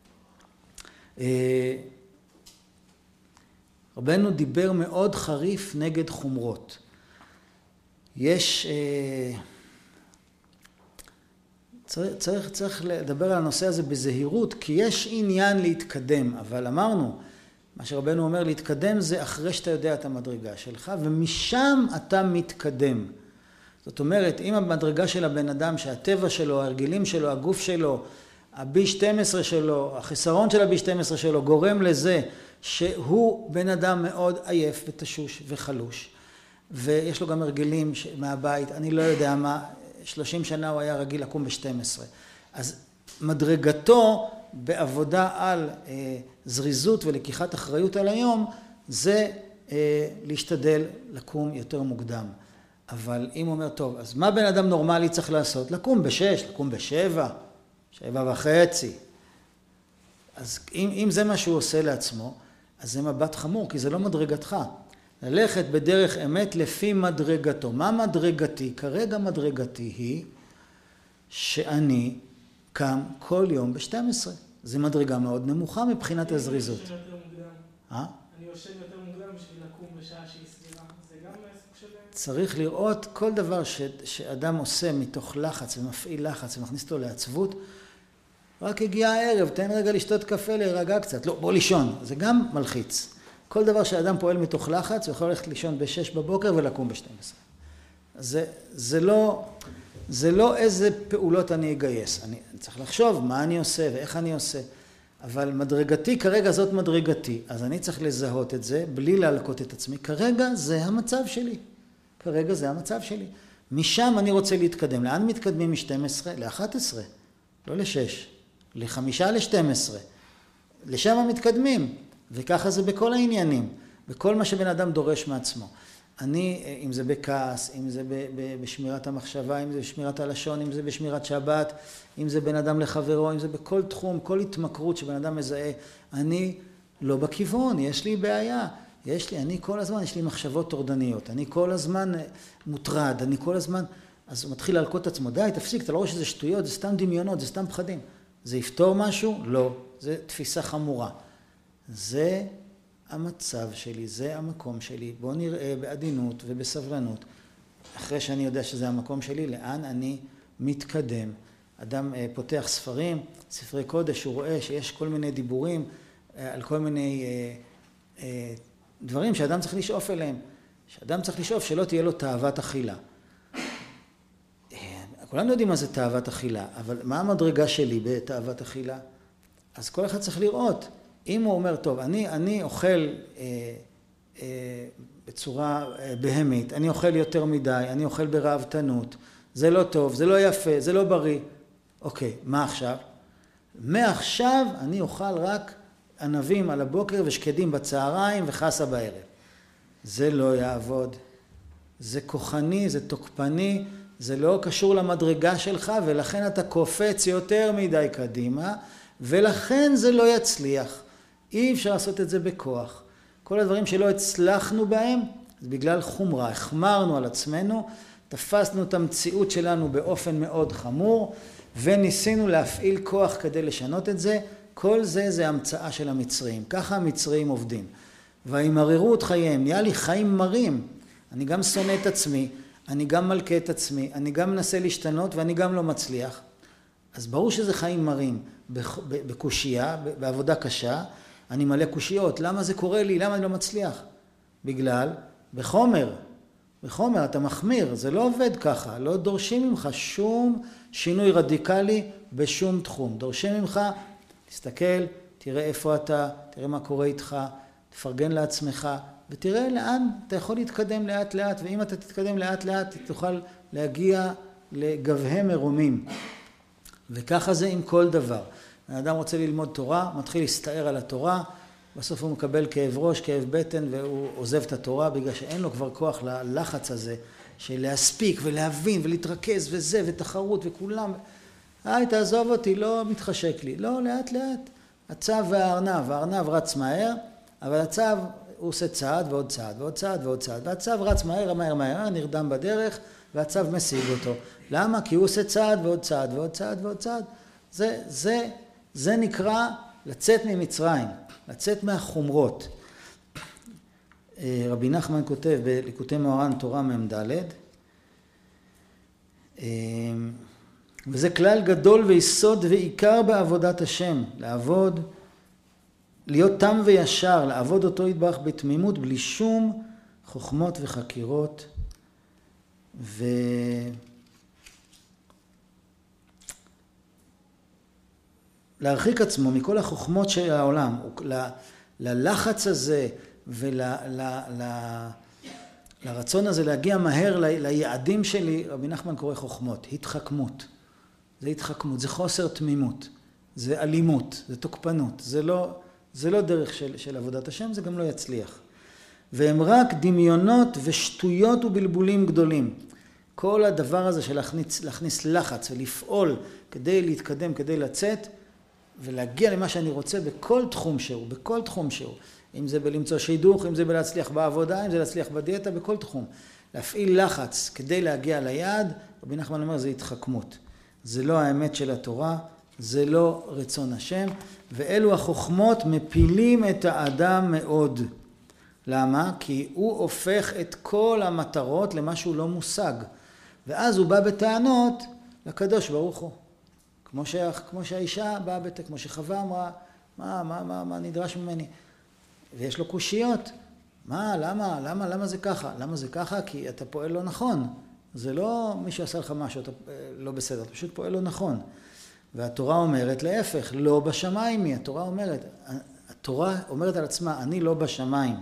רבנו דיבר מאוד חריף נגד חומרות. צריך לדבר על הנושא הזה בזהירות, כי יש עניין להתקדם, אבל אמרנו, מה שרבנו אומר, להתקדם זה אחרי שאתה יודע את המדרגה שלך, ומשם אתה מתקדם. זאת אומרת, אם המדרגה של הבן אדם, שהטבע שלו, ההרגלים שלו, הגוף שלו, ה-B12 שלו, החיסרון של ה-B12 שלו, גורם לזה שהוא בן אדם מאוד עייף ותשוש וחלוש. ויש לו גם הרגלים מהבית, אני לא יודע מה, 30 שנה הוא היה רגיל לקום ב-12. אז מדרגתו בעבודה על זריזות ולקיחת אחריות על היום, זה להשתדל לקום יותר מוקדם. אבל אם הוא אומר, טוב, אז מה בן אדם נורמלי צריך לעשות? לקום ב-6, לקום ב-7, 7:30. אז אם זה מה שהוא עושה לעצמו, אז זה מבט חמור, כי זה לא מדרגתך. ללכת בדרך אמת לפי מדרגתו. מה מדרגתי? כרגע מדרגתי היא שאני קם כל יום ב-12. זו מדרגה מאוד נמוכה מבחינת הזריזות. אני יושן יותר מוקדם בשביל לקום בשעה שהיא סבירה. זה גם סוג של... צריך לראות כל דבר שאדם עושה מתוך לחץ ומפעיל לחץ ומכניס אותו לעצבות. רק הגיע הערב, תן רגע לשתות קפה, להירגע קצת. לא, בוא לישון. זה גם מלחיץ. כל דבר שאדם פועל מתוך לחץ, הוא יכול ללכת לישון ב-6 בבוקר ולקום ב-12. זה לא איזה פעולות אני אגייס. אני צריך לחשוב מה אני עושה ואיך אני עושה. אבל מדרגתי, כרגע זאת מדרגתי. אז אני צריך לזהות את זה בלי להלקות את עצמי. כרגע זה המצב שלי. כרגע זה המצב שלי. משם אני רוצה להתקדם. לאן מתקדמים מ-12? ל-11. לא ל-6. ל-5 ל-12. לשם מתקדמים. וככה זה בכל העניינים. בכל מה שבן אדם דורש מעצמו. אם זה בכעס, אם זה בשמירת המחשבה, אם זה בשמירת הלשון, אם זה בשמירת שבת, אם זה בין אדם לחברו, אם זה בכל תחום, כל התמכרות שבן אדם מזהה, אני לא בכיוון, יש לי בעיה, אני כל הזמן, יש לי מחשבות טורדניות, אני כל הזמן מוטרד, אני כל הזמן, אז הוא מתחיל להלקות את עצמו, די, תפסיק, אתה לא רואה שזה שטויות, זה סתם דמיונות, זה סתם פחדים. זה יפתור משהו? לא, זה תפיסה חמורה. זה המצב שלי, זה המקום שלי. בוא נראה בעדינות ובסבלנות. אחרי שאני יודע שזה המקום שלי, לאן אני מתקדם. אדם פותח ספרים, ספרי קודש, הוא רואה שיש כל מיני דיבורים על כל מיני דברים שאדם צריך לשאוף אליהם. שאדם צריך לשאוף שלא תהיה לו תאוות אכילה. כולנו יודעים מה זה תאוות אכילה, אבל מה המדרגה שלי בתאוות אכילה? אז כל אחד צריך לראות. אם הוא אומר, טוב, אני אוכל בצורה בהמית, אני אוכל יותר מדי, אני אוכל ברעבתנות, זה לא טוב, זה לא יפה, זה לא בריא. אוקיי, מה עכשיו? מעכשיו אני אוכל רק ענבים על הבוקר ושקדים בצהריים וחסה בערב. זה לא יעבוד. זה כוחני, זה תוקפני, זה לא קשור למדרגה שלך, ולכן אתה קופץ יותר מדי קדימה, ולכן זה לא יצליח. אי אפשר לעשות את זה בכוח. כל הדברים שלא הצלחנו בהם, זה בגלל חומרה. החמרנו על עצמנו, תפסנו את המציאות שלנו באופן מאוד חמור, וניסינו להפעיל כוח כדי לשנות את זה. כל זה זה המצאה של המצרים. ככה המצרים עובדים. והימררו את חייהם, נהיה לי חיים מרים. אני גם שונא את עצמי, אני גם מלכה את עצמי, אני גם מנסה להשתנות ואני גם לא מצליח. אז ברור שזה חיים מרים. בקושייה, בעבודה קשה, אני מלא קושיות. למה זה קורה לי? למה אני לא מצליח? בגלל, בחומר אתה מחמיר, זה לא עובד ככה. לא דורשים ממך שום שינוי רדיקלי בשום תחום. דורשים ממך, תסתכל, תראה איפה אתה, תראה מה קורה איתך, תפרגן לעצמך, ותראה לאן אתה יכול להתקדם לאט לאט, ואם אתה תתקדם לאט לאט, תוכל להגיע לגבהי מרומים. וככה זה עם כל דבר. האדם רוצה ללמוד תורה, מתחיל להסתער על התורה, בסוף הוא מקבל כאב ראש, כאב בטן, והוא עוזב את התורה, בגלל שאין לו כבר כוח ללחץ הזה, של להספיק ולהבין ולהתרכז וזה, ותחרות וכולם. תעזוב אותי, לא מתחשק לי. לא, לאט לאט. הצב והארנב, הארנב רץ מהר, אבל הצב הוא עושה צעד ועוד צעד ועוד צעד ועוד צעד, והצב רץ מהר, מהר, מהר, נרדם בדרך, והצב משיג אותו. למה? כי הוא עושה צעד ועוד צעד ועוד צעד ועוד צעד. זה נקרא לצאת ממצרים, לצאת מהחומרות. רבי נחמן כותב בליקוטי מאורן תורה מ"ד, וזה כלל גדול ויסוד ועיקר בעבודת השם, לעבוד, להיות תם וישר, לעבוד אותו יתברך בתמימות, בלי שום חוכמות וחקירות, להרחיק עצמו מכל החוכמות של העולם, ללחץ הזה לרצון הזה להגיע מהר ליעדים שלי, רבי נחמן קורא חוכמות, התחכמות. זה התחכמות, זה חוסר תמימות, זה אלימות, זה תוקפנות, זה לא דרך של עבודת השם, זה גם לא יצליח. והם רק דמיונות ושטויות ובלבולים גדולים. כל הדבר הזה של להכניס לחץ ולפעול כדי להתקדם, כדי לצאת, ולהגיע למה שאני רוצה בכל תחום שהוא, בכל תחום שהוא. אם זה בלמצוא שידוך, אם זה בלהצליח בעבודה, אם זה להצליח בדיאטה, בכל תחום. להפעיל לחץ כדי להגיע ליעד, רבי נחמן אומר, זה התחכמות. זה לא האמת של התורה, זה לא רצון השם, ואלו החוכמות מפילים את האדם מאוד. למה? כי הוא הופך את כל המטרות למשהו לא מושג. ואז הוא בא בטענות לקדוש ברוך הוא. כמו שהאישה באה כמו שחווה אמרה, מה נדרש ממני? ויש לו קושיות. למה זה ככה? למה זה ככה? כי אתה פועל לא נכון. זה לא מישהו עשה לך משהו, אתה לא בסדר, אתה פשוט פועל לא נכון. והתורה אומרת להפך, לא בשמיים היא. התורה אומרת על עצמה, אני לא בשמיים.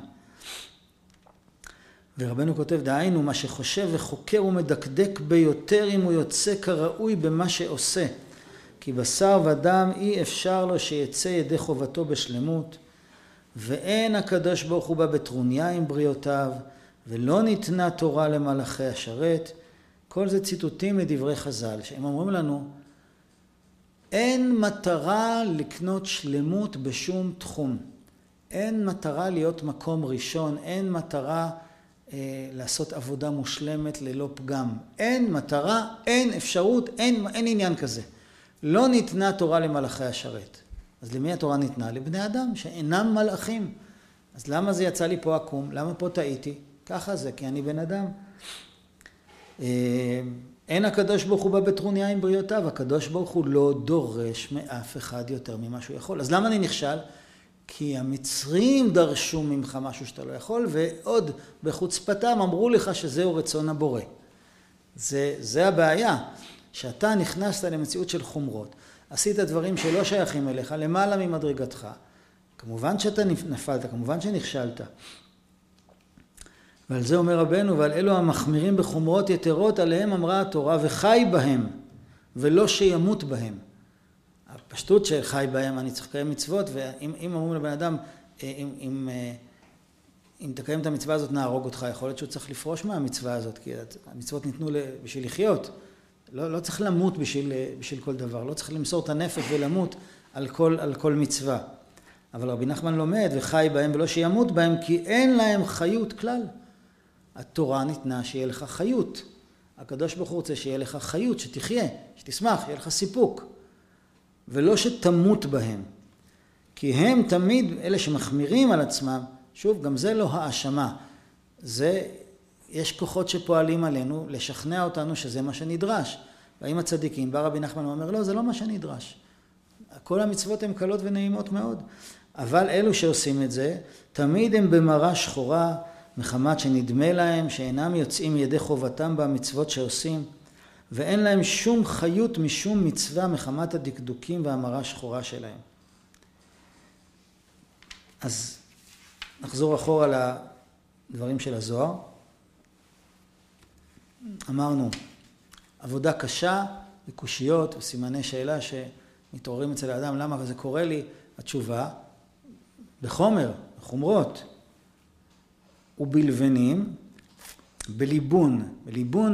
ורבנו כותב, דהיינו, מה שחושב וחוקר ומדקדק ביותר אם הוא יוצא כראוי במה שעושה. כי בשר ודם אי אפשר לו שיצא ידי חובתו בשלמות, ואין הקדוש ברוך הוא בא בטרוניה עם בריאותיו, ולא ניתנה תורה למלאכי השרת. כל זה ציטוטים לדברי חז"ל, שהם אומרים לנו, אין מטרה לקנות שלמות בשום תחום. אין מטרה להיות מקום ראשון, אין מטרה לעשות עבודה מושלמת ללא פגם. אין מטרה, אין אפשרות, אין עניין כזה. לא ניתנה תורה למלאכי השרת. אז למי התורה ניתנה? לבני אדם שאינם מלאכים. אז למה זה יצא לי פה עקום? למה פה טעיתי? ככה זה, כי אני בן אדם. אין הקדוש ברוך הוא בא בטרוניה עם בריאותיו. הקדוש ברוך הוא לא דורש מאף אחד יותר ממה שהוא יכול. אז למה אני נכשל? כי המצרים דרשו ממך משהו שאתה לא יכול, ועוד בחוצפתם אמרו לך שזהו רצון הבורא. זה הבעיה, שאתה נכנסת למציאות של חומרות, עשית דברים שלא שייכים אליך, למעלה ממדרגתך. כמובן שאתה נפלת, כמובן שנכשלת. ועל זה אומר רבנו, ועל אלו המחמירים בחומרות יתרות, עליהם אמרה התורה, וחי בהם, ולא שימות בהם. הפשטות שחי בהם, אני צריך לקיים מצוות, ואם אומרים לבן אדם, אם תקיים את המצווה הזאת נהרוג אותך, יכול להיות שהוא צריך לפרוש מהמצווה הזאת, כי המצוות ניתנו בשביל לחיות. לא צריך למות בשביל כל דבר, לא צריך למסור את הנפש ולמות על כל מצווה. אבל רבי נחמן לומד וחי בהם ולא שימות בהם, כי אין להם חיות כלל. התורה ניתנה שיהיה לך חיות. הקדוש ברוך הוא רוצה שיהיה לך חיות, שתחיה, שתשמח, שיהיה לך סיפוק. ולא שתמות בהם. כי הם תמיד, אלה שמחמירים על עצמם, שוב, גם זה לא האשמה. יש כוחות שפועלים עלינו לשכנע אותנו שזה מה שנדרש. והאם הצדיקים, בא רבי נחמן ואומר, לא, זה לא מה שנדרש. כל המצוות הן קלות ונעימות מאוד. אבל אלו שעושים את זה, תמיד הם במראה שחורה, מחמת שנדמה להם שאינם יוצאים ידי חובתם במצוות שעושים, ואין להם שום חיות משום מצווה מחמת הדקדוקים והמראה שחורה שלהם. אז נחזור אחורה לדברים של הזוהר. אמרנו, עבודה קשה וקושיות וסימני שאלה שמתעוררים אצל האדם, למה זה קורה לי? התשובה, בחומר, בחומרות ובלבנים, בליבון. בליבון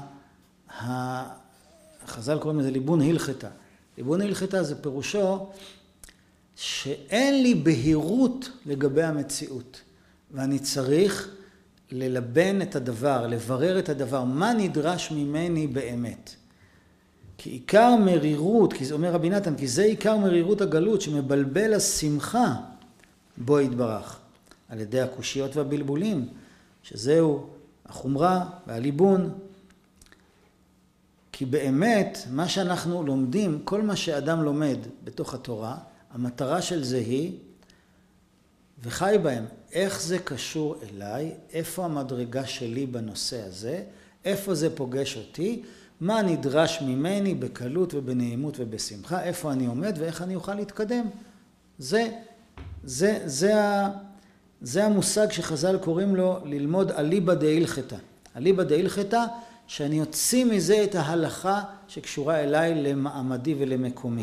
חז"ל קוראים לזה ליבון הלכתה. ליבון הלכתה זה פירושו שאין לי בהירות לגבי המציאות, ואני צריך ללבן את הדבר, לברר את הדבר, מה נדרש ממני באמת. כי עיקר מרירות, כי זה אומר רבי נתן, כי זה עיקר מרירות הגלות שמבלבל השמחה בו יתברך, על ידי הקושיות והבלבולים, שזהו החומרה והליבון. כי באמת מה שאנחנו לומדים, כל מה שאדם לומד בתוך התורה, המטרה של זה היא, וחי בהם, איך זה קשור אליי, איפה המדרגה שלי בנושא הזה, איפה זה פוגש אותי, מה נדרש ממני בקלות ובנעימות ובשמחה, איפה אני עומד ואיך אני אוכל להתקדם. זה זה המושג שחז"ל קוראים לו ללמוד אליבא דהילכתא. אליבא דהילכתא, שאני אוציא מזה את ההלכה שקשורה אליי למעמדי ולמקומי.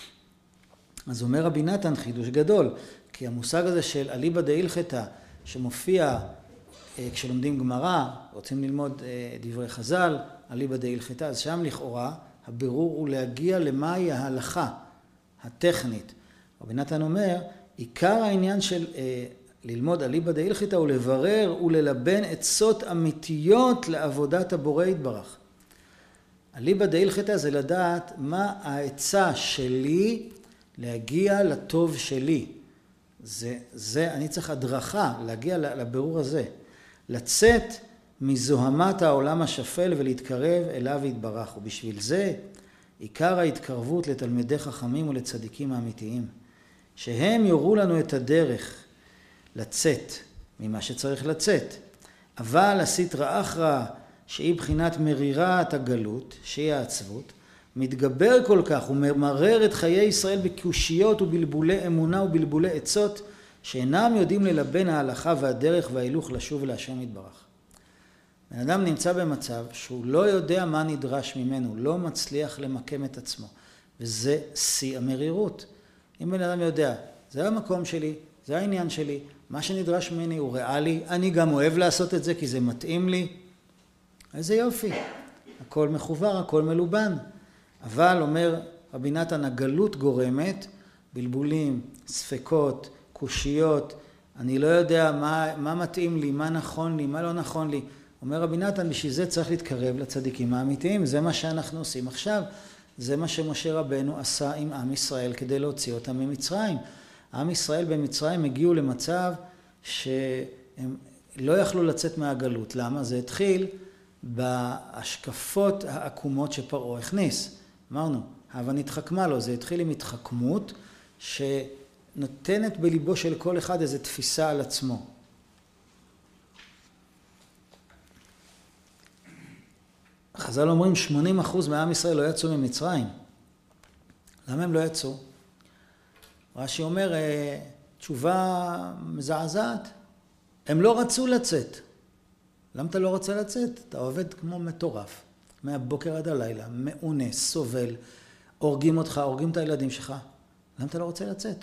אז אומר רבי נתן חידוש גדול, כי המושג הזה של אליבא דהילכתא, שמופיע כשלומדים גמרא, רוצים ללמוד דברי חז"ל, אליבא דהילכתא, אז שם לכאורה הבירור הוא להגיע למהי ההלכה הטכנית. רבי נתן אומר, עיקר העניין של ללמוד אליבא דהילכתא הוא לברר וללבן עצות אמיתיות לעבודת הבורא יתברך. אליבא דהילכתא זה לדעת מה העצה שלי להגיע לטוב שלי. זה אני צריך הדרכה להגיע לבירור הזה. לצאת מזוהמת העולם השפל ולהתקרב אליו יתברך. ובשביל זה עיקר ההתקרבות לתלמידי חכמים ולצדיקים האמיתיים. שהם יורו לנו את הדרך לצאת ממה שצריך לצאת. אבל הסטרא אחרא שהיא בחינת מרירת הגלות, שהיא העצבות, מתגבר כל כך וממרר את חיי ישראל בקושיות ובלבולי אמונה ובלבולי עצות, שאינם יודעים ללבן ההלכה והדרך וההילוך לשוב להשם יתברך. בן אדם נמצא במצב שהוא לא יודע מה נדרש ממנו, לא מצליח למקם את עצמו, וזה שיא המרירות. אם בן אדם יודע, זה המקום שלי, זה העניין שלי, מה שנדרש ממני הוא ריאלי, אני גם אוהב לעשות את זה כי זה מתאים לי, איזה יופי, הכל מחובר, הכל מלובן. אבל אומר רבי נתן, הגלות גורמת בלבולים, ספקות, קושיות, אני לא יודע מה מתאים לי, מה נכון לי, מה לא נכון לי. אומר רבי נתן, בשביל זה צריך להתקרב לצדיקים האמיתיים, זה מה שאנחנו עושים עכשיו, זה מה שמשה רבנו עשה עם עם ישראל כדי להוציא אותם ממצרים. עם ישראל במצרים הגיעו למצב שהם לא יכלו לצאת מהגלות. למה? זה התחיל בהשקפות העקומות שפרעה הכניס. אמרנו, הווה נתחכמה לו, זה התחיל עם התחכמות שנותנת בליבו של כל אחד איזו תפיסה על עצמו. חז"ל אומרים 80% מעם ישראל לא יצאו ממצרים. למה הם לא יצאו? רש"י אומר, תשובה מזעזעת. הם לא רצו לצאת. למה אתה לא רוצה לצאת? אתה עובד כמו מטורף. מהבוקר עד הלילה, מאונס, סובל, הורגים אותך, הורגים את הילדים שלך. למה אתה לא רוצה לצאת?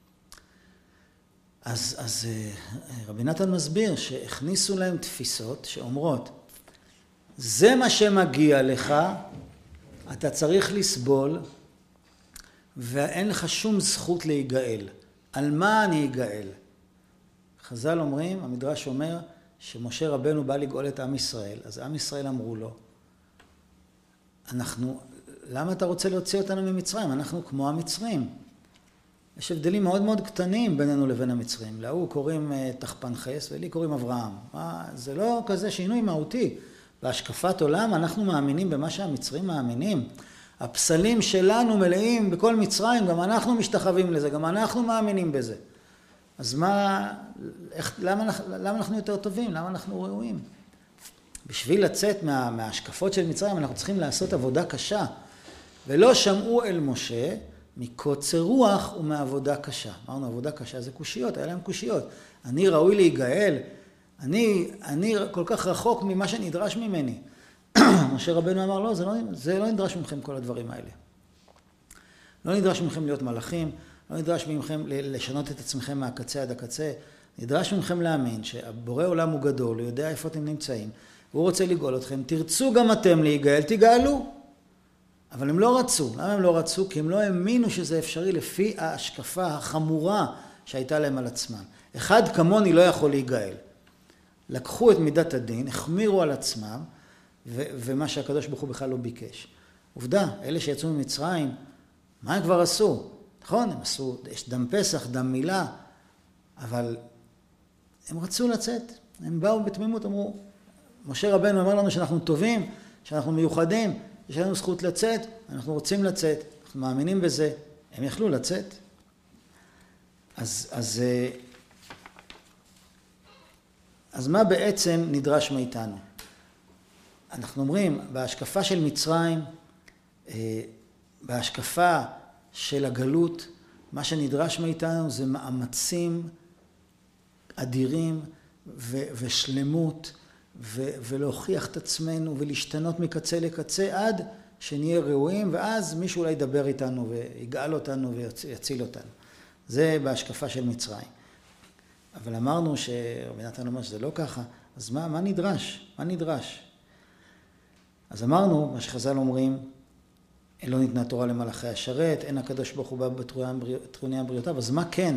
אז רבי נתן מסביר שהכניסו להם תפיסות שאומרות, זה מה שמגיע לך, אתה צריך לסבול, ואין לך שום זכות להיגאל. על מה אני אגאל? חז"ל אומרים, המדרש אומר, שמשה רבנו בא לגאול את עם ישראל, אז עם ישראל אמרו לו, למה אתה רוצה להוציא אותנו ממצרים? אנחנו כמו המצרים. יש הבדלים מאוד מאוד קטנים בינינו לבין המצרים. להוא קוראים תחפנחס ולי קוראים אברהם. זה לא כזה שינוי מהותי. בהשקפת עולם אנחנו מאמינים במה שהמצרים מאמינים. הפסלים שלנו מלאים בכל מצרים, גם אנחנו משתחווים לזה, גם אנחנו מאמינים בזה. אז למה אנחנו יותר טובים? למה אנחנו ראויים? בשביל לצאת מההשקפות של מצרים אנחנו צריכים לעשות עבודה קשה. ולא שמעו אל משה מקוצר רוח ומעבודה קשה. אמרנו, עבודה קשה זה קושיות, היה להם קושיות. אני ראוי להיגאל, אני כל כך רחוק ממה שנדרש ממני. משה רבנו אמר, לא, זה לא נדרש מכם כל הדברים האלה. לא נדרש מכם להיות מלאכים, לא נדרש מכם לשנות את עצמכם מהקצה עד הקצה. נדרש מכם להאמין שהבורא עולם הוא גדול, הוא יודע איפה אתם נמצאים, והוא רוצה לגאול אתכם. תרצו גם אתם להיגאל, תגאלו. אבל הם לא רצו. למה הם לא רצו? כי הם לא האמינו שזה אפשרי לפי ההשקפה החמורה שהייתה להם על עצמם. אחד כמוני לא יכול להיגאל. לקחו את מידת הדין, החמירו על עצמם, ומה שהקדוש ברוך הוא בכלל לא ביקש. עובדה, אלה שיצאו ממצרים, מה הם כבר עשו? נכון, הם עשו, יש דם פסח, דם מילה, אבל הם רצו לצאת. הם באו בתמימות, אמרו, משה רבנו אומר לנו שאנחנו טובים, שאנחנו מיוחדים, יש לנו זכות לצאת, אנחנו רוצים לצאת, אנחנו מאמינים בזה, הם יכלו לצאת. אז מה בעצם נדרש מאיתנו? אנחנו אומרים, בהשקפה של מצרים, בהשקפה של הגלות, מה שנדרש מאיתנו זה מאמצים אדירים ושלמות ולהוכיח את עצמנו ולהשתנות מקצה לקצה עד שנהיה ראויים, ואז מישהו אולי ידבר איתנו ויגאל אותנו ויציל אותנו. זה בהשקפה של מצרים. אבל אמרנו שרבי נתן אומר שזה לא ככה, אז מה נדרש? מה נדרש? אז אמרנו, מה שחז"ל אומרים, לא ניתנה תורה למלאכי השרת, אין הקדוש ברוך הוא בא בטרוניה בריאותיו, אז מה כן?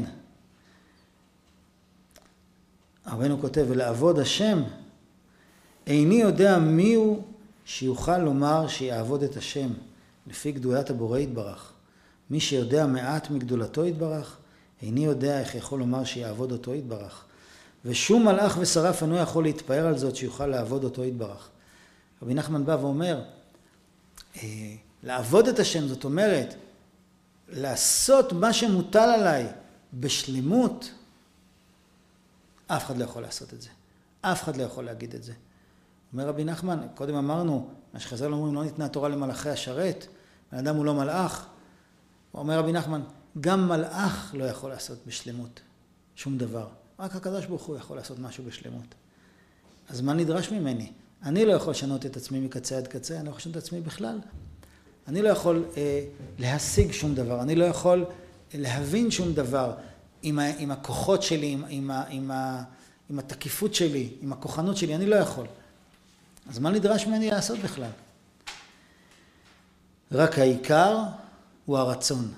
רבנו כותב, ולעבוד השם, איני יודע מי הוא שיוכל לומר שיעבוד את השם, לפי גדולת הבורא יתברך. מי שיודע מעט מגדולתו יתברך, איני יודע איך יכול לומר שיעבוד אותו יתברך. ושום מלאך ושרף אינו יכול להתפאר על זאת שיוכל לעבוד אותו יתברך. רבי נחמן בא ואומר, לעבוד את השם, זאת אומרת, לעשות מה שמוטל עליי בשלמות, אף אחד לא יכול לעשות את זה. אף אחד לא יכול להגיד את זה. אומר רבי נחמן, קודם אמרנו, מה שחז"ל אומרים, לא ניתנה תורה למלאכי השרת, בן אדם הוא לא מלאך. אומר רבי נחמן, גם מלאך לא יכול לעשות בשלמות שום דבר. רק הקדוש ברוך הוא יכול לעשות משהו בשלמות. אז מה נדרש ממני? אני לא יכול לשנות את עצמי מקצה עד קצה, אני לא יכול לשנות את עצמי בכלל. אני לא יכול להשיג שום דבר, אני לא יכול להבין שום דבר עם הכוחות שלי, עם התקיפות שלי, עם הכוחנות שלי, אני לא יכול. אז מה נדרש ממני לעשות בכלל? רק העיקר הוא הרצון.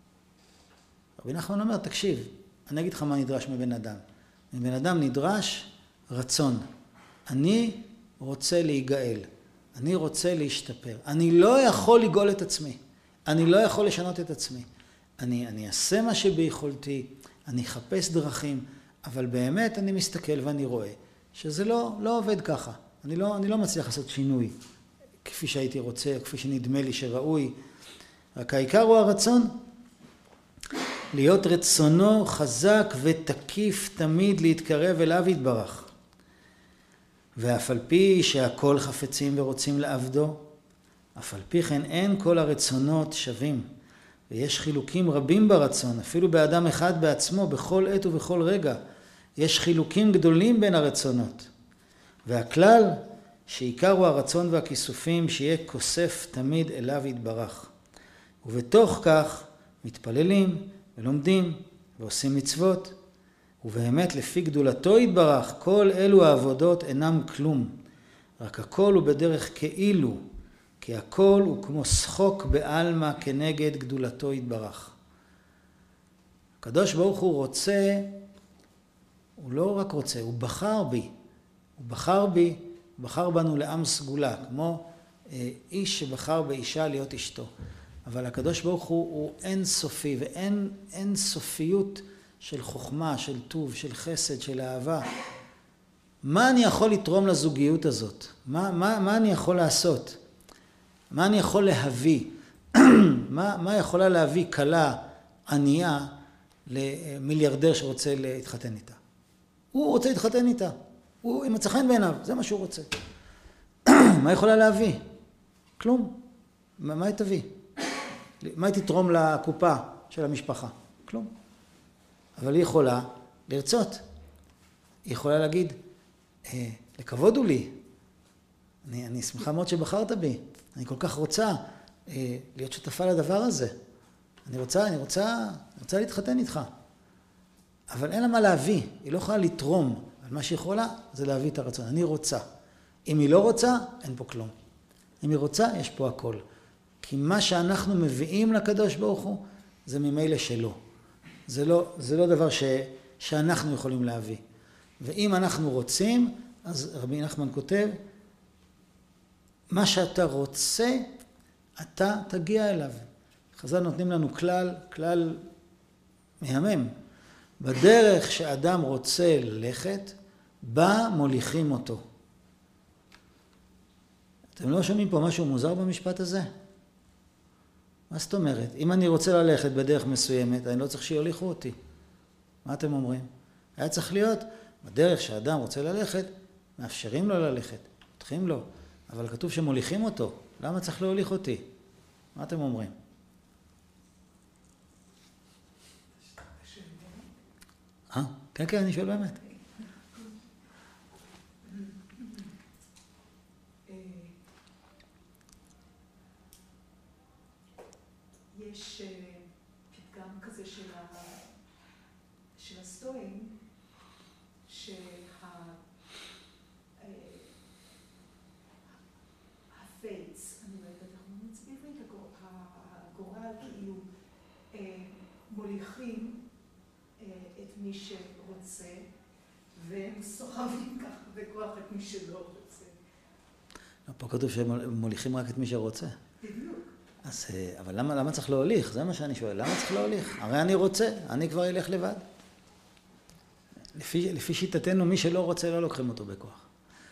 רבי נחמן אומר, תקשיב, אני אגיד לך מה נדרש מבן אדם. מבן אדם נדרש רצון. אני רוצה להיגאל. אני רוצה להשתפר. אני לא יכול לגאול את עצמי. אני לא יכול לשנות את עצמי. אני אעשה מה שביכולתי, אני אחפש דרכים, אבל באמת אני מסתכל ואני רואה שזה לא עובד ככה. אני לא מצליח לעשות שינוי כפי שהייתי רוצה, כפי שנדמה לי שראוי. רק העיקר הוא הרצון. להיות רצונו חזק ותקיף תמיד להתקרב אליו יתברך. ואף על פי שהכל חפצים ורוצים לעבדו, אף על פי כן אין כל הרצונות שווים. ויש חילוקים רבים ברצון, אפילו באדם אחד בעצמו, בכל עת ובכל רגע. יש חילוקים גדולים בין הרצונות. והכלל שעיקר הוא הרצון והכיסופים, שיהיה כוסף תמיד אליו יתברך. ובתוך כך מתפללים ולומדים ועושים מצוות. ובאמת לפי גדולתו יתברך, כל אלו העבודות אינם כלום. רק הכל הוא בדרך כאילו, כי הכל הוא כמו שחוק בעלמא כנגד גדולתו יתברך. הקדוש ברוך הוא רוצה, הוא לא רק רוצה, הוא בחר בי. הוא בחר בנו לעם סגולה, כמו איש שבחר באישה להיות אשתו. אבל הקדוש ברוך הוא אין סופי, ואין סופיות של חוכמה, של טוב, של חסד, של אהבה. מה אני יכול לתרום לזוגיות הזאת? מה אני יכול לעשות? מה אני יכול להביא? מה יכולה להביא כלה ענייה למיליארדר שרוצה להתחתן איתה? הוא רוצה להתחתן איתה. הוא עם מצא חן בעיניו, זה מה שהוא רוצה. מה יכולה להביא? כלום. מה היא תביא? מה היא תתרום לקופה של המשפחה? כלום. אבל היא יכולה לרצות. היא יכולה להגיד, לכבוד הוא לי. אני שמחה מאוד שבחרת בי. אני כל כך רוצה להיות שותפה לדבר הזה. אני רוצה להתחתן איתך. אבל אין לה מה להביא. היא לא יכולה לתרום. אבל מה שהיא יכולה זה להביא את הרצון. אני רוצה. אם היא לא רוצה, אין פה כלום. אם היא רוצה, יש פה הכל. כי מה שאנחנו מביאים לקדוש ברוך הוא, זה ממילא שלו. זה לא דבר שאנחנו יכולים להביא. ואם אנחנו רוצים, אז רבי נחמן כותב, מה שאתה רוצה, אתה תגיע אליו. חז"ל נותנים לנו כלל מהמם. בדרך שאדם רוצה ללכת, בה מוליכים אותו. אתם לא שומעים פה משהו מוזר במשפט הזה? מה זאת אומרת? אם אני רוצה ללכת בדרך מסוימת, אני לא צריך שיוליכו אותי. מה אתם אומרים? היה צריך להיות, בדרך שאדם רוצה ללכת, מאפשרים לו ללכת, פותחים לו, אבל כתוב שמוליכים אותו. למה צריך להוליך אותי? מה אתם אומרים? כן, אני שואל באמת. יש פתגם כזה של הסטואים, שהפייטס, אני לא יודעת, אנחנו נצביע בעברית, הגורל כאילו מוליכים את מי שרוצה, והם סוחבים ככה בכוח את מי שלא רוצה. פה כתוב שהם מוליכים רק את מי שרוצה. בדיוק. אז, אבל למה צריך להוליך? זה מה שאני שואל. למה צריך להוליך? הרי אני רוצה, אני כבר אלך לבד. לפי שיטתנו, מי שלא רוצה, לא לוקחים אותו בכוח.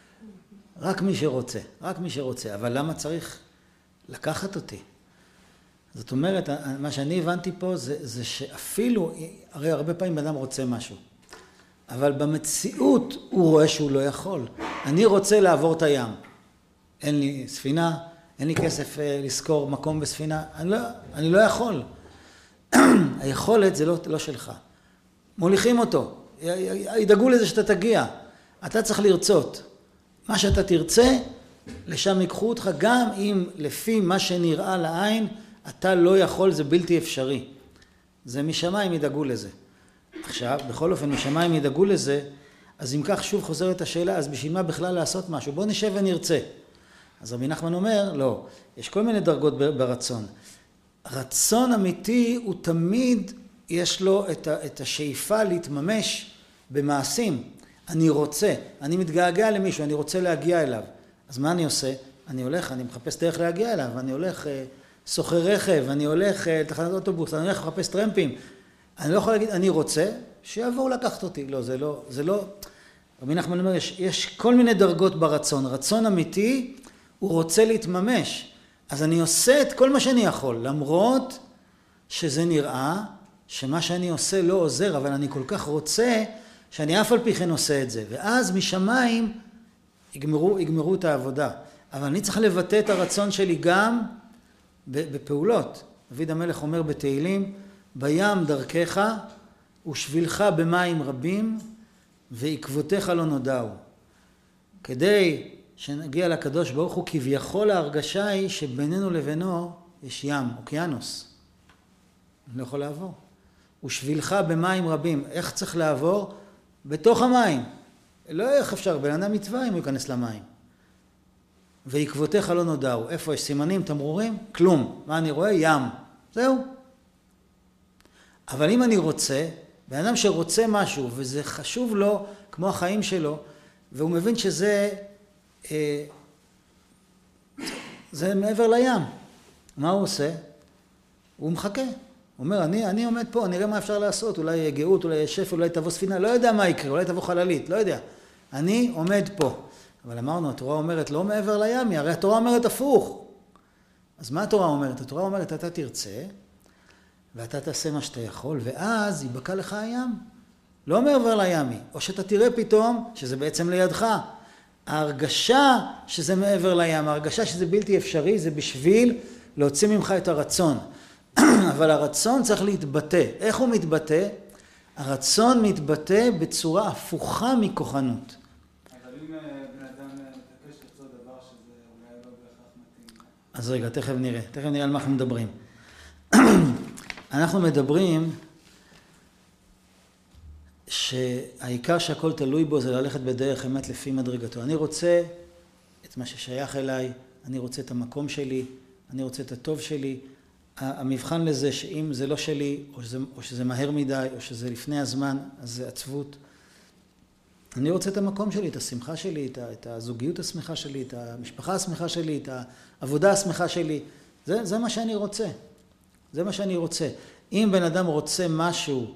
רק מי שרוצה, רק מי שרוצה. אבל למה צריך לקחת אותי? זאת אומרת, מה שאני הבנתי פה זה שאפילו, הרי הרבה פעמים אדם רוצה משהו. אבל במציאות הוא רואה שהוא לא יכול. אני רוצה לעבור את הים. אין לי ספינה, אין לי כסף לזכור מקום בספינה. אני לא יכול. היכולת זה לא שלך. מוליכים אותו. ידאגו לזה שאתה תגיע. אתה צריך לרצות. מה שאתה תרצה, לשם ייקחו אותך, גם אם לפי מה שנראה לעין, אתה לא יכול, זה בלתי אפשרי. זה משמיים ידאגו לזה. עכשיו, בכל אופן, משמיים ידאגו לזה, אז אם כך שוב חוזרת השאלה, אז בשביל מה בכלל לעשות משהו? בוא נשב ונרצה. אז רבי נחמן אומר, לא, יש כל מיני דרגות ברצון. רצון אמיתי הוא תמיד, יש לו את השאיפה להתממש במעשים. אני רוצה, אני מתגעגע למישהו, אני רוצה להגיע אליו. אז מה אני עושה? אני הולך, אני מחפש דרך להגיע אליו, אני הולך סוחר רכב, אני הולך לתחנת אוטובוס, אני הולך לחפש טרמפים. אני לא יכול להגיד, אני רוצה, שיבואו לקחת אותי. לא, זה לא. רבי נחמן אומר, יש כל מיני דרגות ברצון. רצון אמיתי, הוא רוצה להתממש. אז אני עושה את כל מה שאני יכול, למרות שזה נראה שמה שאני עושה לא עוזר, אבל אני כל כך רוצה שאני אף על פי כן עושה את זה. ואז משמיים יגמרו את העבודה. אבל אני צריך לבטא את הרצון שלי גם בפעולות. דוד המלך אומר בתהילים, בים דרכך ושבילך במים רבים ועקבותיך לא נודעו. כדי שנגיע לקדוש ברוך הוא, כביכול ההרגשה היא שבינינו לבינו יש ים, אוקיינוס. אני לא יכול לעבור. ושבילך במים רבים. איך צריך לעבור? בתוך המים. לא איך אפשר, בן אדם מצווה אם הוא ייכנס למים. ועקבותיך לא נודעו. איפה יש סימנים, תמרורים? כלום. מה אני רואה? ים. זהו. אבל אם אני רוצה, בן אדם שרוצה משהו וזה חשוב לו כמו החיים שלו, והוא מבין שזה זה מעבר לים. מה הוא עושה? הוא מחכה. הוא אומר, אני עומד פה, נראה מה אפשר לעשות, אולי יהיה גאות, אולי יהיה שפל, אולי תבוא ספינה, לא יודע מה יקרה, אולי תבוא חללית, לא יודע. אני עומד פה. אבל אמרנו, התורה אומרת לא מעבר לים, הרי התורה אומרת הפוך. אז מה התורה אומרת? התורה אומרת, אתה תרצה, ואתה תעשה מה שאתה יכול, ואז ייבקע לך הים. לא מעבר לימי, או שאתה תראה פתאום שזה בעצם לידך. ההרגשה שזה מעבר לים, ההרגשה שזה בלתי אפשרי, זה בשביל להוציא ממך את הרצון. אבל הרצון צריך להתבטא. איך הוא מתבטא? הרצון מתבטא בצורה הפוכה מכוחנות. אבל אם בן אדם מתעקש לעשות דבר שזה אולי לא בהכרח מתאים. אז רגע, תכף נראה על מה אנחנו מדברים. אנחנו מדברים שהעיקר שהכל תלוי בו זה ללכת בדרך אמת לפי מדרגתו. אני רוצה את מה ששייך אליי, אני רוצה את המקום שלי, אני רוצה את הטוב שלי. המבחן לזה שאם זה לא שלי, או שזה מהר מדי, או שזה לפני הזמן, אז זה עצבות. אני רוצה את המקום שלי, את השמחה שלי, את הזוגיות השמחה שלי, את המשפחה השמחה שלי, את העבודה השמחה שלי. זה מה שאני רוצה. זה מה שאני רוצה. אם בן אדם רוצה משהו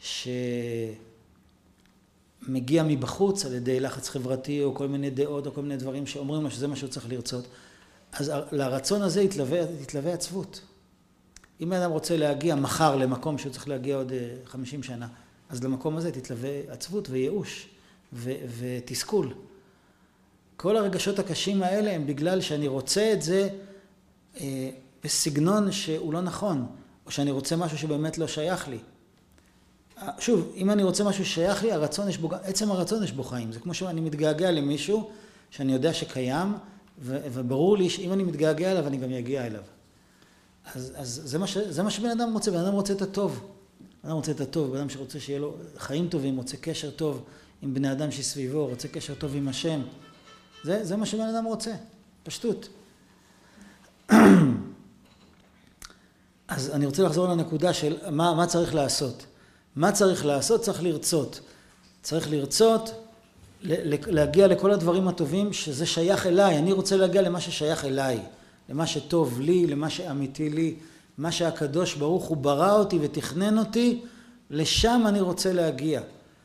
שמגיע מבחוץ על ידי לחץ חברתי או כל מיני דעות או כל מיני דברים שאומרים לו שזה מה שהוא צריך לרצות, אז לרצון הזה יתלווה עצבות. אם בן אדם רוצה להגיע מחר למקום שהוא צריך להגיע עוד 50 שנה, אז למקום הזה תתלווה עצבות וייאוש ותסכול. כל הרגשות הקשים האלה הם בגלל שאני רוצה את זה בסגנון שהוא לא נכון, או שאני רוצה משהו שבאמת לא שייך לי. שוב, אם אני רוצה משהו ששייך לי, עצם הרצון יש בו חיים. זה כמו שאני מתגעגע למישהו שאני יודע שקיים, וברור לי שאם אני מתגעגע אליו, אני גם אגיע אליו. אז זה מה שבן אדם רוצה, בן אדם רוצה את הטוב. בן אדם רוצה את הטוב, בן אדם שרוצה שיהיה לו חיים טובים, רוצה קשר טוב עם בני אדם שסביבו, רוצה קשר טוב עם השם. זה מה שבן אדם רוצה, פשטות. אז אני רוצה לחזור לנקודה של מה צריך לעשות. מה צריך לעשות? צריך לרצות. צריך לרצות, להגיע לכל הדברים הטובים שזה שייך אליי. אני רוצה להגיע למה ששייך אליי, למה שטוב לי, למה שאמיתי לי, מה שהקדוש ברוך הוא ברא אותי ותכנן אותי, לשם אני רוצה להגיע.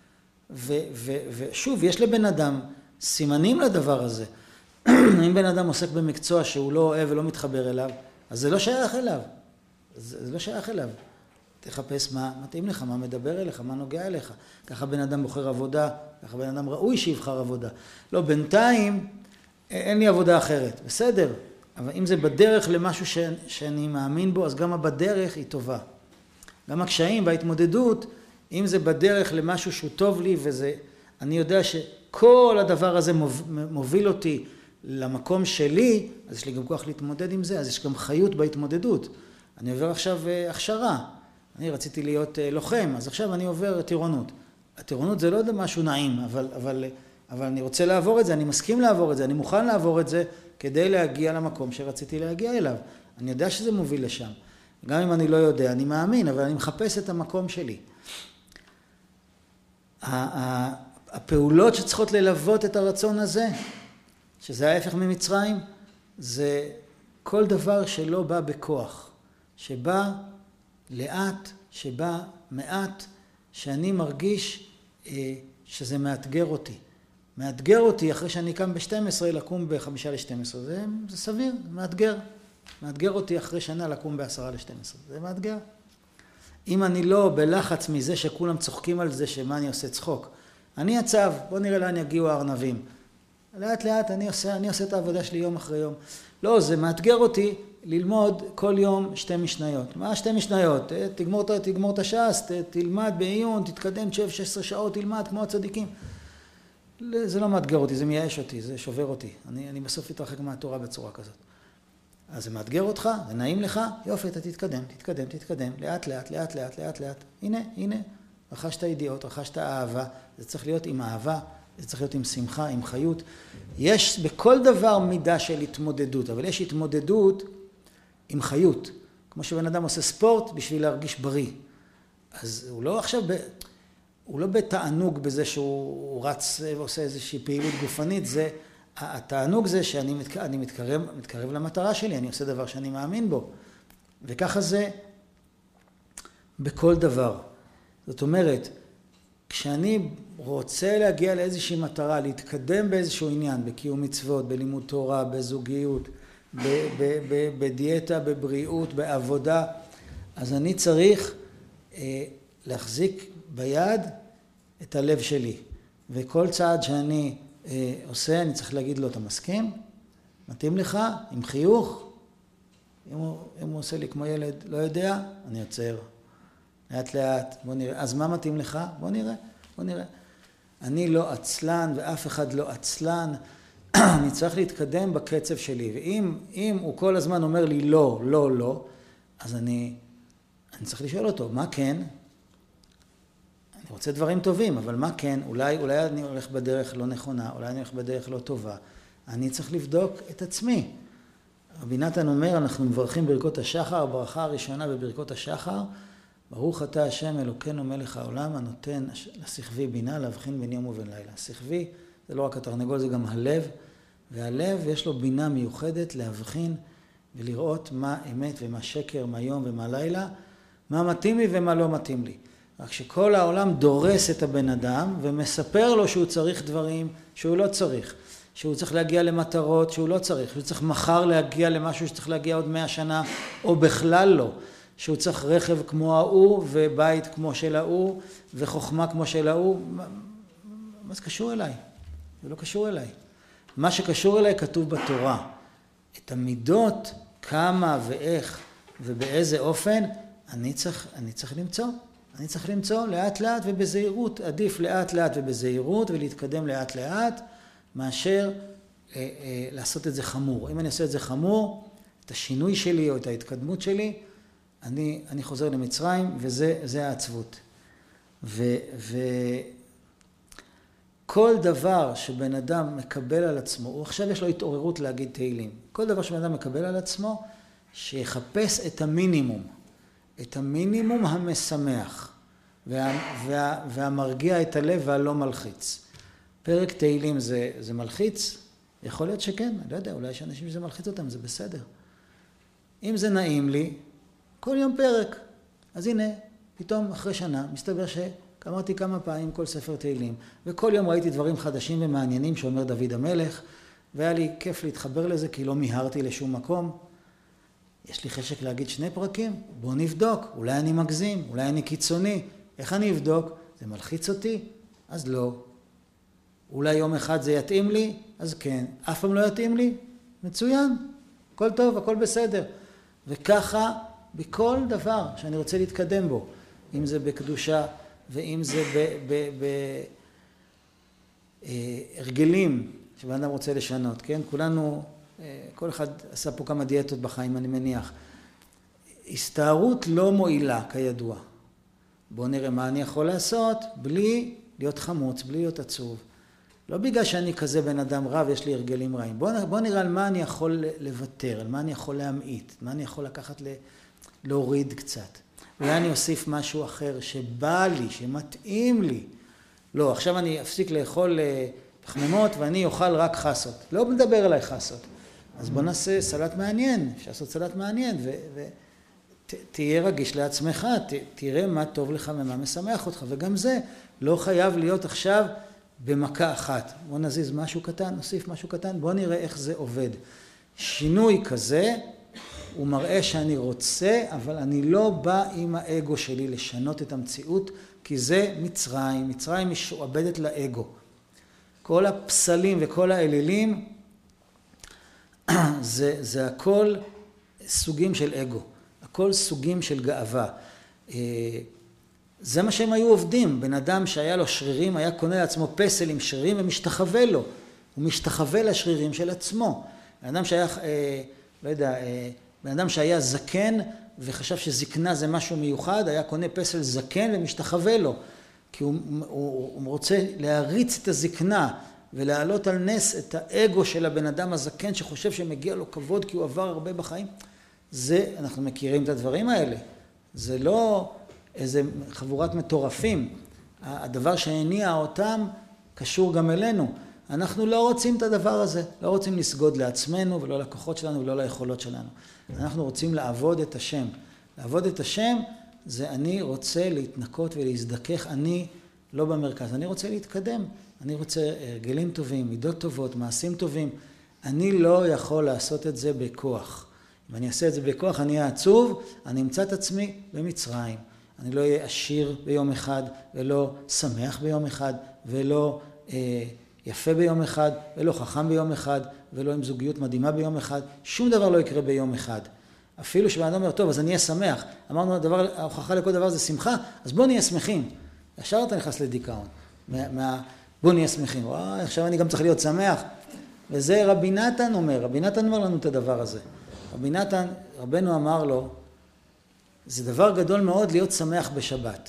ושוב, יש לבן אדם סימנים לדבר הזה. אם בן אדם עוסק במקצוע שהוא לא אוהב ולא מתחבר אליו, אז זה לא שייך אליו. זה לא שייך אליו. תחפש מה מתאים לך, מה מדבר אליך, מה נוגע אליך. ככה בן אדם בוחר עבודה, ככה בן אדם ראוי שיבחר עבודה. לא, בינתיים אין לי עבודה אחרת. בסדר, אבל אם זה בדרך למשהו שאני מאמין בו, אז גם בדרך היא טובה. גם הקשיים וההתמודדות, אם זה בדרך למשהו שהוא טוב לי, וזה, אני יודע שכל הדבר הזה מוביל אותי למקום שלי, אז יש לי גם כוח להתמודד עם זה, אז יש גם חיות בהתמודדות. אני עובר עכשיו הכשרה. אני רציתי להיות לוחם, אז עכשיו אני עובר טירונות. הטירונות זה לא משהו נעים, אבל אני רוצה לעבור את זה, אני מסכים לעבור את זה, אני מוכן לעבור את זה כדי להגיע למקום שרציתי להגיע אליו. אני יודע שזה מוביל לשם. גם אם אני לא יודע, אני מאמין, אבל אני מחפש את המקום שלי. הפעולות שצריכות ללוות את הרצון הזה, שזה ההפך ממצרים, זה כל דבר שלא בא בכוח, שבא לאט, שבא מעט, שאני מרגיש שזה מאתגר אותי. מאתגר אותי אחרי שאני קם ב-12 לקום ב-5:55. זה סביר, מאתגר. מאתגר אותי אחרי שנה לקום ב-10:12. זה מאתגר. אם אני לא בלחץ מזה שכולם צוחקים על זה, שמה אני עושה צחוק. אני עצב, בוא נראה לאן יגיעו הארנבים. לאט לאט אני עושה את העבודה שלי יום אחרי יום. לא, זה מאתגר אותי ללמוד כל יום 2 משניות. מה 2 משניות? תגמור את הש"ס, תלמד בעיון, תתקדם 16 שעות, תלמד כמו הצדיקים. זה לא מאתגר אותי, זה מייאש אותי, זה שובר אותי. אני בסוף אתרחק מהתורה בצורה כזאת. אז זה מאתגר אותך, זה נעים לך, יופי, אתה תתקדם, לאט לאט. הנה, רכשת ידיעות, רכשת אהבה, זה צריך להיות עם אהבה, זה צריך להיות עם שמחה, עם חיות. יש בכל דבר מידה של התמודדות, אבל יש התמודדות עם חיות. כמו שבן אדם עושה ספורט בשביל להרגיש בריא. אז הוא לא בתענוג בזה שהוא רץ ועושה איזושהי פעילות גופנית, התענוג זה שאני מתקרב למטרה שלי, אני עושה דבר שאני מאמין בו. וככה זה בכל דבר. זאת אומרת, כשאני רוצה להגיע לאיזושהי מטרה, להתקדם באיזשהו עניין, בקיום מצוות, בלימוד תורה, בזוגיות, בדיאטה, בבריאות, בעבודה, אז אני צריך להחזיק ביד את הלב שלי. וכל צעד שאני עושה, אני צריך להגיד לו, אתה מסכים? מתאים לך? עם חיוך? אם הוא עושה לי כמו ילד, לא יודע, אני עוצר. לאט לאט, בוא נראה. אז מה מתאים לך? בוא נראה. אני לא עצלן ואף אחד לא עצלן. אני צריך להתקדם בקצב שלי. ואם הוא כל הזמן אומר לי לא, אז אני צריך לשאול אותו, מה כן? אני רוצה דברים טובים, אבל מה כן? אולי אני הולך בדרך לא נכונה, אולי אני הולך בדרך לא טובה. אני צריך לבדוק את עצמי. רבי נתן אומר, אנחנו מברכים ברכות השחר, הברכה הראשונה בברכות השחר, ברוך אתה השם אלוקינו מלך העולם, הנותן לשכבי בינה להבחין בין יום ובין לילה. השכבי זה לא רק התרנגול, זה גם הלב, והלב יש לו בינה מיוחדת להבחין ולראות מה אמת ומה שקר, מה יום ומה לילה, מה מתאים לי ומה לא מתאים לי. רק שכל העולם דורס את הבן אדם ומספר לו שהוא צריך דברים שהוא לא צריך, שהוא צריך להגיע למטרות שהוא לא צריך, שהוא צריך מחר להגיע למשהו שצריך להגיע עוד 100 שנה או בכלל לא, שהוא צריך רכב כמו ההוא ובית כמו של ההוא וחוכמה כמו של ההוא. מה זה קשור אליי? זה לא קשור אליי. מה שקשור אליי כתוב בתורה. את המידות, כמה ואיך ובאיזה אופן אני צריך למצוא. אני צריך למצוא לאט לאט ובזהירות. עדיף לאט לאט ובזהירות ולהתקדם לאט לאט מאשר לעשות את זה חמור. אם אני עושה את זה חמור, את השינוי שלי או את ההתקדמות שלי, אני חוזר למצרים, וזה העצבות. כל דבר שבן אדם מקבל על עצמו, הוא עכשיו יש לו התעוררות להגיד תהילים. כל דבר שבן אדם מקבל על עצמו, שיחפש את המינימום. את המינימום המשמח, והמרגיע את הלב והלא מלחיץ. פרק תהילים זה מלחיץ? יכול להיות שכן, אני לא יודע, אולי יש אנשים שזה מלחיץ אותם, זה בסדר. אם זה נעים לי, כל יום פרק. אז הנה, פתאום אחרי שנה, מסתבר שאמרתי כמה פעמים כל ספר תהילים, וכל יום ראיתי דברים חדשים ומעניינים שאומר דוד המלך, והיה לי כיף להתחבר לזה, כי לא מיהרתי לשום מקום. יש לי חשק להגיד 2 פרקים, בוא נבדוק, אולי אני מגזים, אולי אני קיצוני, איך אני אבדוק? זה מלחיץ אותי? אז לא. אולי יום אחד זה יתאים לי? אז כן. אף פעם לא יתאים לי? מצוין. הכל טוב, הכל בסדר. וככה בכל דבר שאני רוצה להתקדם בו, אם זה בקדושה ואם זה בהרגלים שבן אדם רוצה לשנות, כן? כולנו, כל אחד עשה פה כמה דיאטות בחיים, אני מניח. הסתערות לא מועילה, כידוע. בואו נראה מה אני יכול לעשות בלי להיות חמוץ, בלי להיות עצוב. לא בגלל שאני כזה בן אדם רע ויש לי הרגלים רעים. בואו נראה על מה אני יכול לוותר, על מה אני יכול להמעיט, מה אני יכול לקחת להוריד קצת. אולי אני אוסיף משהו אחר שבא לי, שמתאים לי. לא, עכשיו אני אפסיק לאכול פחמימות ואני אוכל רק חסות. לא מדבר עליי חסות. אז בוא נעשה סלט מעניין, אפשר לעשות סלט מעניין ותהיה רגיש לעצמך, תראה מה טוב לך ומה משמח אותך, וגם זה לא חייב להיות עכשיו במכה אחת. בוא נזיז משהו קטן, נוסיף משהו קטן, בוא נראה איך זה עובד. שינוי כזה הוא מראה שאני רוצה, אבל אני לא בא עם האגו שלי לשנות את המציאות, כי זה מצרים, מצרים משועבדת לאגו. כל הפסלים וכל האלילים, זה הכל סוגים של אגו, הכל סוגים של גאווה. זה מה שהם היו עובדים, בן אדם שהיה לו שרירים, היה קונה לעצמו פסל עם שרירים ומשתחווה לו, הוא משתחווה לשרירים של עצמו. בן אדם שהיה, לא יודע, בן אדם שהיה זקן וחשב שזקנה זה משהו מיוחד, היה קונה פסל זקן ומשתחווה לו, כי הוא רוצה להריץ את הזקנה ולהעלות על נס את האגו של הבן אדם הזקן שחושב שמגיע לו כבוד כי הוא עבר הרבה בחיים. זה, אנחנו מכירים את הדברים האלה. זה לא איזה חבורת מטורפים. הדבר שהניע אותם קשור גם אלינו. אנחנו לא רוצים את הדבר הזה. לא רוצים לסגוד לעצמנו ולא לכוחות שלנו ולא ליכולות שלנו. אנחנו רוצים לעבוד את השם. לעבוד את השם זה אני רוצה להתנקות ולהזדכך. אני לא במרכז. אני רוצה להתקדם. אני רוצה הרגלים טובים, מידות טובות, מעשים טובים. אני לא יכול לעשות את זה בכוח. אם אני אעשה את זה בכוח, אני אהיה עצוב, אני אמצא את עצמי במצרים. אני לא אהיה עשיר ביום אחד, ולא שמח ביום אחד, ולא יפה ביום אחד, ולא חכם ביום אחד, ולא עם זוגיות מדהימה ביום אחד. שום דבר לא יקרה ביום אחד. אפילו שבן אדם אומר, טוב, אז אני אהיה שמח. אמרנו, ההוכחה לכל דבר זה שמחה, אז בוא נהיה שמחים. ישר אתה נכנס לדיכאון. בוא נהיה שמחים. וואי, עכשיו אני גם צריך להיות שמח. וזה רבי נתן אומר, רבי נתן אומר לנו את הדבר הזה. רבי נתן, רבנו אמר לו, זה דבר גדול מאוד להיות שמח בשבת.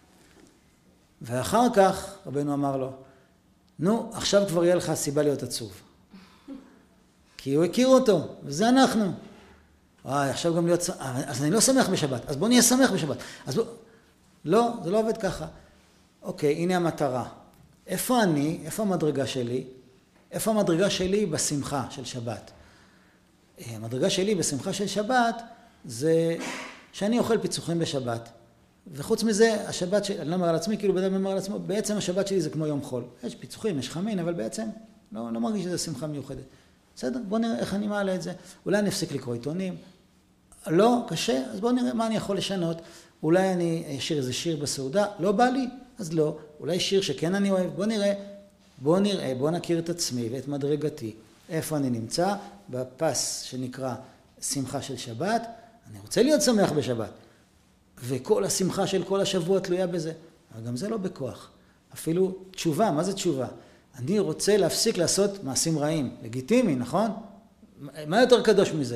ואחר כך, רבנו אמר לו, נו, עכשיו כבר יהיה לך סיבה להיות עצוב. כי הוא הכיר אותו, וזה אנחנו. וואי, עכשיו גם להיות, אז אני לא שמח בשבת, אז בוא נהיה שמח בשבת. אז בוא, לא, זה לא עובד ככה. אוקיי, הנה המטרה. איפה אני, איפה המדרגה שלי? איפה המדרגה שלי בשמחה של שבת? המדרגה שלי בשמחה של שבת זה שאני אוכל פיצוחים בשבת. וחוץ מזה, השבת אני לא אומר על עצמי, כאילו בן אדם אומר על עצמו, בעצם השבת שלי זה כמו יום חול. יש פיצוחים, יש חמין, אבל בעצם לא מרגיש שזה שמחה מיוחדת. בסדר, בוא נראה איך אני מעלה את זה. אולי אני אפסיק לקרוא עיתונים. לא, קשה, אז בוא נראה מה אני יכול לשנות. אולי אני אשיר איזה שיר בסעודה, לא בא לי, אז לא. אולי שיר שכן אני אוהב, בוא נכיר את עצמי ואת מדרגתי. איפה אני נמצא? בפס שנקרא שמחה של שבת. אני רוצה להיות שמח בשבת. וכל השמחה של כל השבוע תלויה בזה. אבל גם זה לא בכוח. אפילו תשובה, מה זה תשובה? אני רוצה להפסיק לעשות מעשים רעים. לגיטימי, נכון? מה יותר קדוש מזה?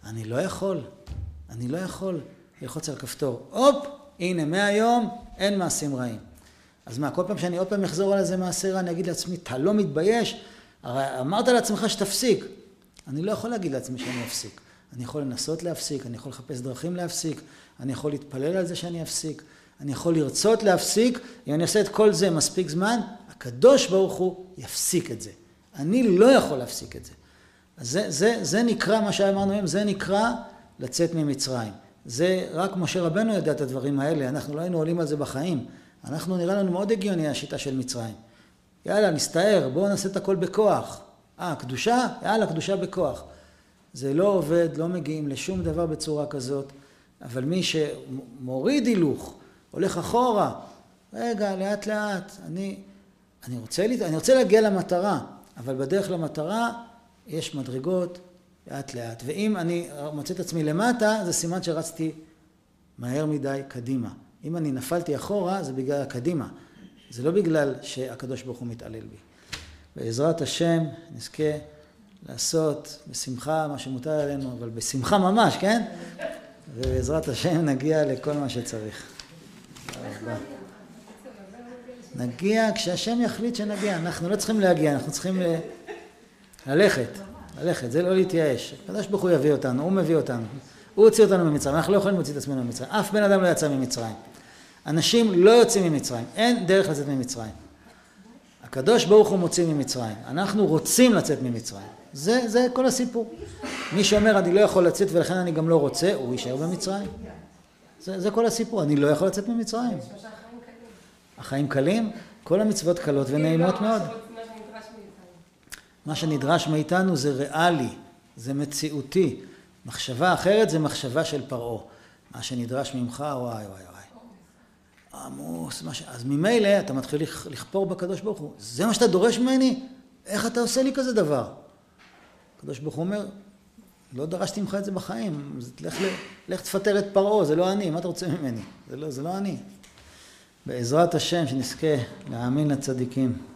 אני לא יכול ללחוץ על כפתור. הופ, הנה, מהיום אין מעשים רעים. אז מה, כל פעם שאני עוד פעם אחזור על איזה מעשה רע, אני אגיד לעצמי, אתה לא מתבייש? הרי אמרת לעצמך שתפסיק. אני לא יכול להגיד לעצמי שאני אפסיק. אני יכול לנסות להפסיק, אני יכול לחפש דרכים להפסיק, אני יכול להתפלל על זה שאני אפסיק, אני יכול לרצות להפסיק, אם אני אעשה את כל זה מספיק זמן, הקדוש ברוך הוא יפסיק את זה. אני לא יכול להפסיק את זה. אז זה נקרא, מה שאמרנו היום, זה נקרא לצאת ממצרים. זה רק משה רבנו יודע את הדברים האלה, אנחנו לא היינו עולים על זה בחיים. אנחנו נראה לנו מאוד הגיוני השיטה של מצרים. יאללה, נסתער, בואו נעשה את הכל בכוח. קדושה? יאללה, קדושה בכוח. זה לא עובד, לא מגיעים לשום דבר בצורה כזאת, אבל מי שמוריד הילוך, הולך אחורה, רגע, לאט לאט, אני רוצה להגיע למטרה, אבל בדרך למטרה יש מדרגות לאט לאט, ואם אני מוצא את עצמי למטה, זה סימן שרצתי מהר מדי קדימה. אם אני נפלתי אחורה, זה בגלל הקדימה, זה לא בגלל שהקדוש ברוך הוא מתעלל בי. בעזרת השם נזכה לעשות בשמחה מה שמוטל עלינו, אבל בשמחה ממש, כן? ובעזרת השם נגיע לכל מה שצריך. נגיע כשהשם יחליט שנגיע. אנחנו לא צריכים להגיע, אנחנו צריכים ללכת, זה לא להתייאש. הקדוש ברוך הוא יביא אותנו, הוא מביא אותנו. הוא הוציא אותנו ממצרים, אנחנו לא יכולים להוציא את עצמנו ממצרים. אף בן אדם לא יצא ממצרים. אנשים לא יוצאים ממצרים, אין דרך לצאת ממצרים. הקדוש ברוך הוא מוציא ממצרים, אנחנו רוצים לצאת ממצרים. זה כל הסיפור. מי שאומר אני לא יכול לצאת ולכן אני גם לא רוצה, הוא יישאר במצרים. זה כל הסיפור, אני לא יכול לצאת ממצרים. החיים קלים, כל המצוות קלות ונעימות מאוד. מה שנדרש מאיתנו זה ריאלי, זה מציאותי. מחשבה אחרת זה מחשבה של פרעה. מה שנדרש ממך, וואי. עמוס, אז ממילא אתה מתחיל לכפור בקדוש ברוך הוא. זה מה שאתה דורש ממני? איך אתה עושה לי כזה דבר? הקדוש ברוך הוא אומר, לא דרשתי ממך את זה בחיים. לך תפטר את פרעה, זה לא אני, מה אתה רוצה ממני? זה לא אני. בעזרת השם שנזכה להאמין לצדיקים.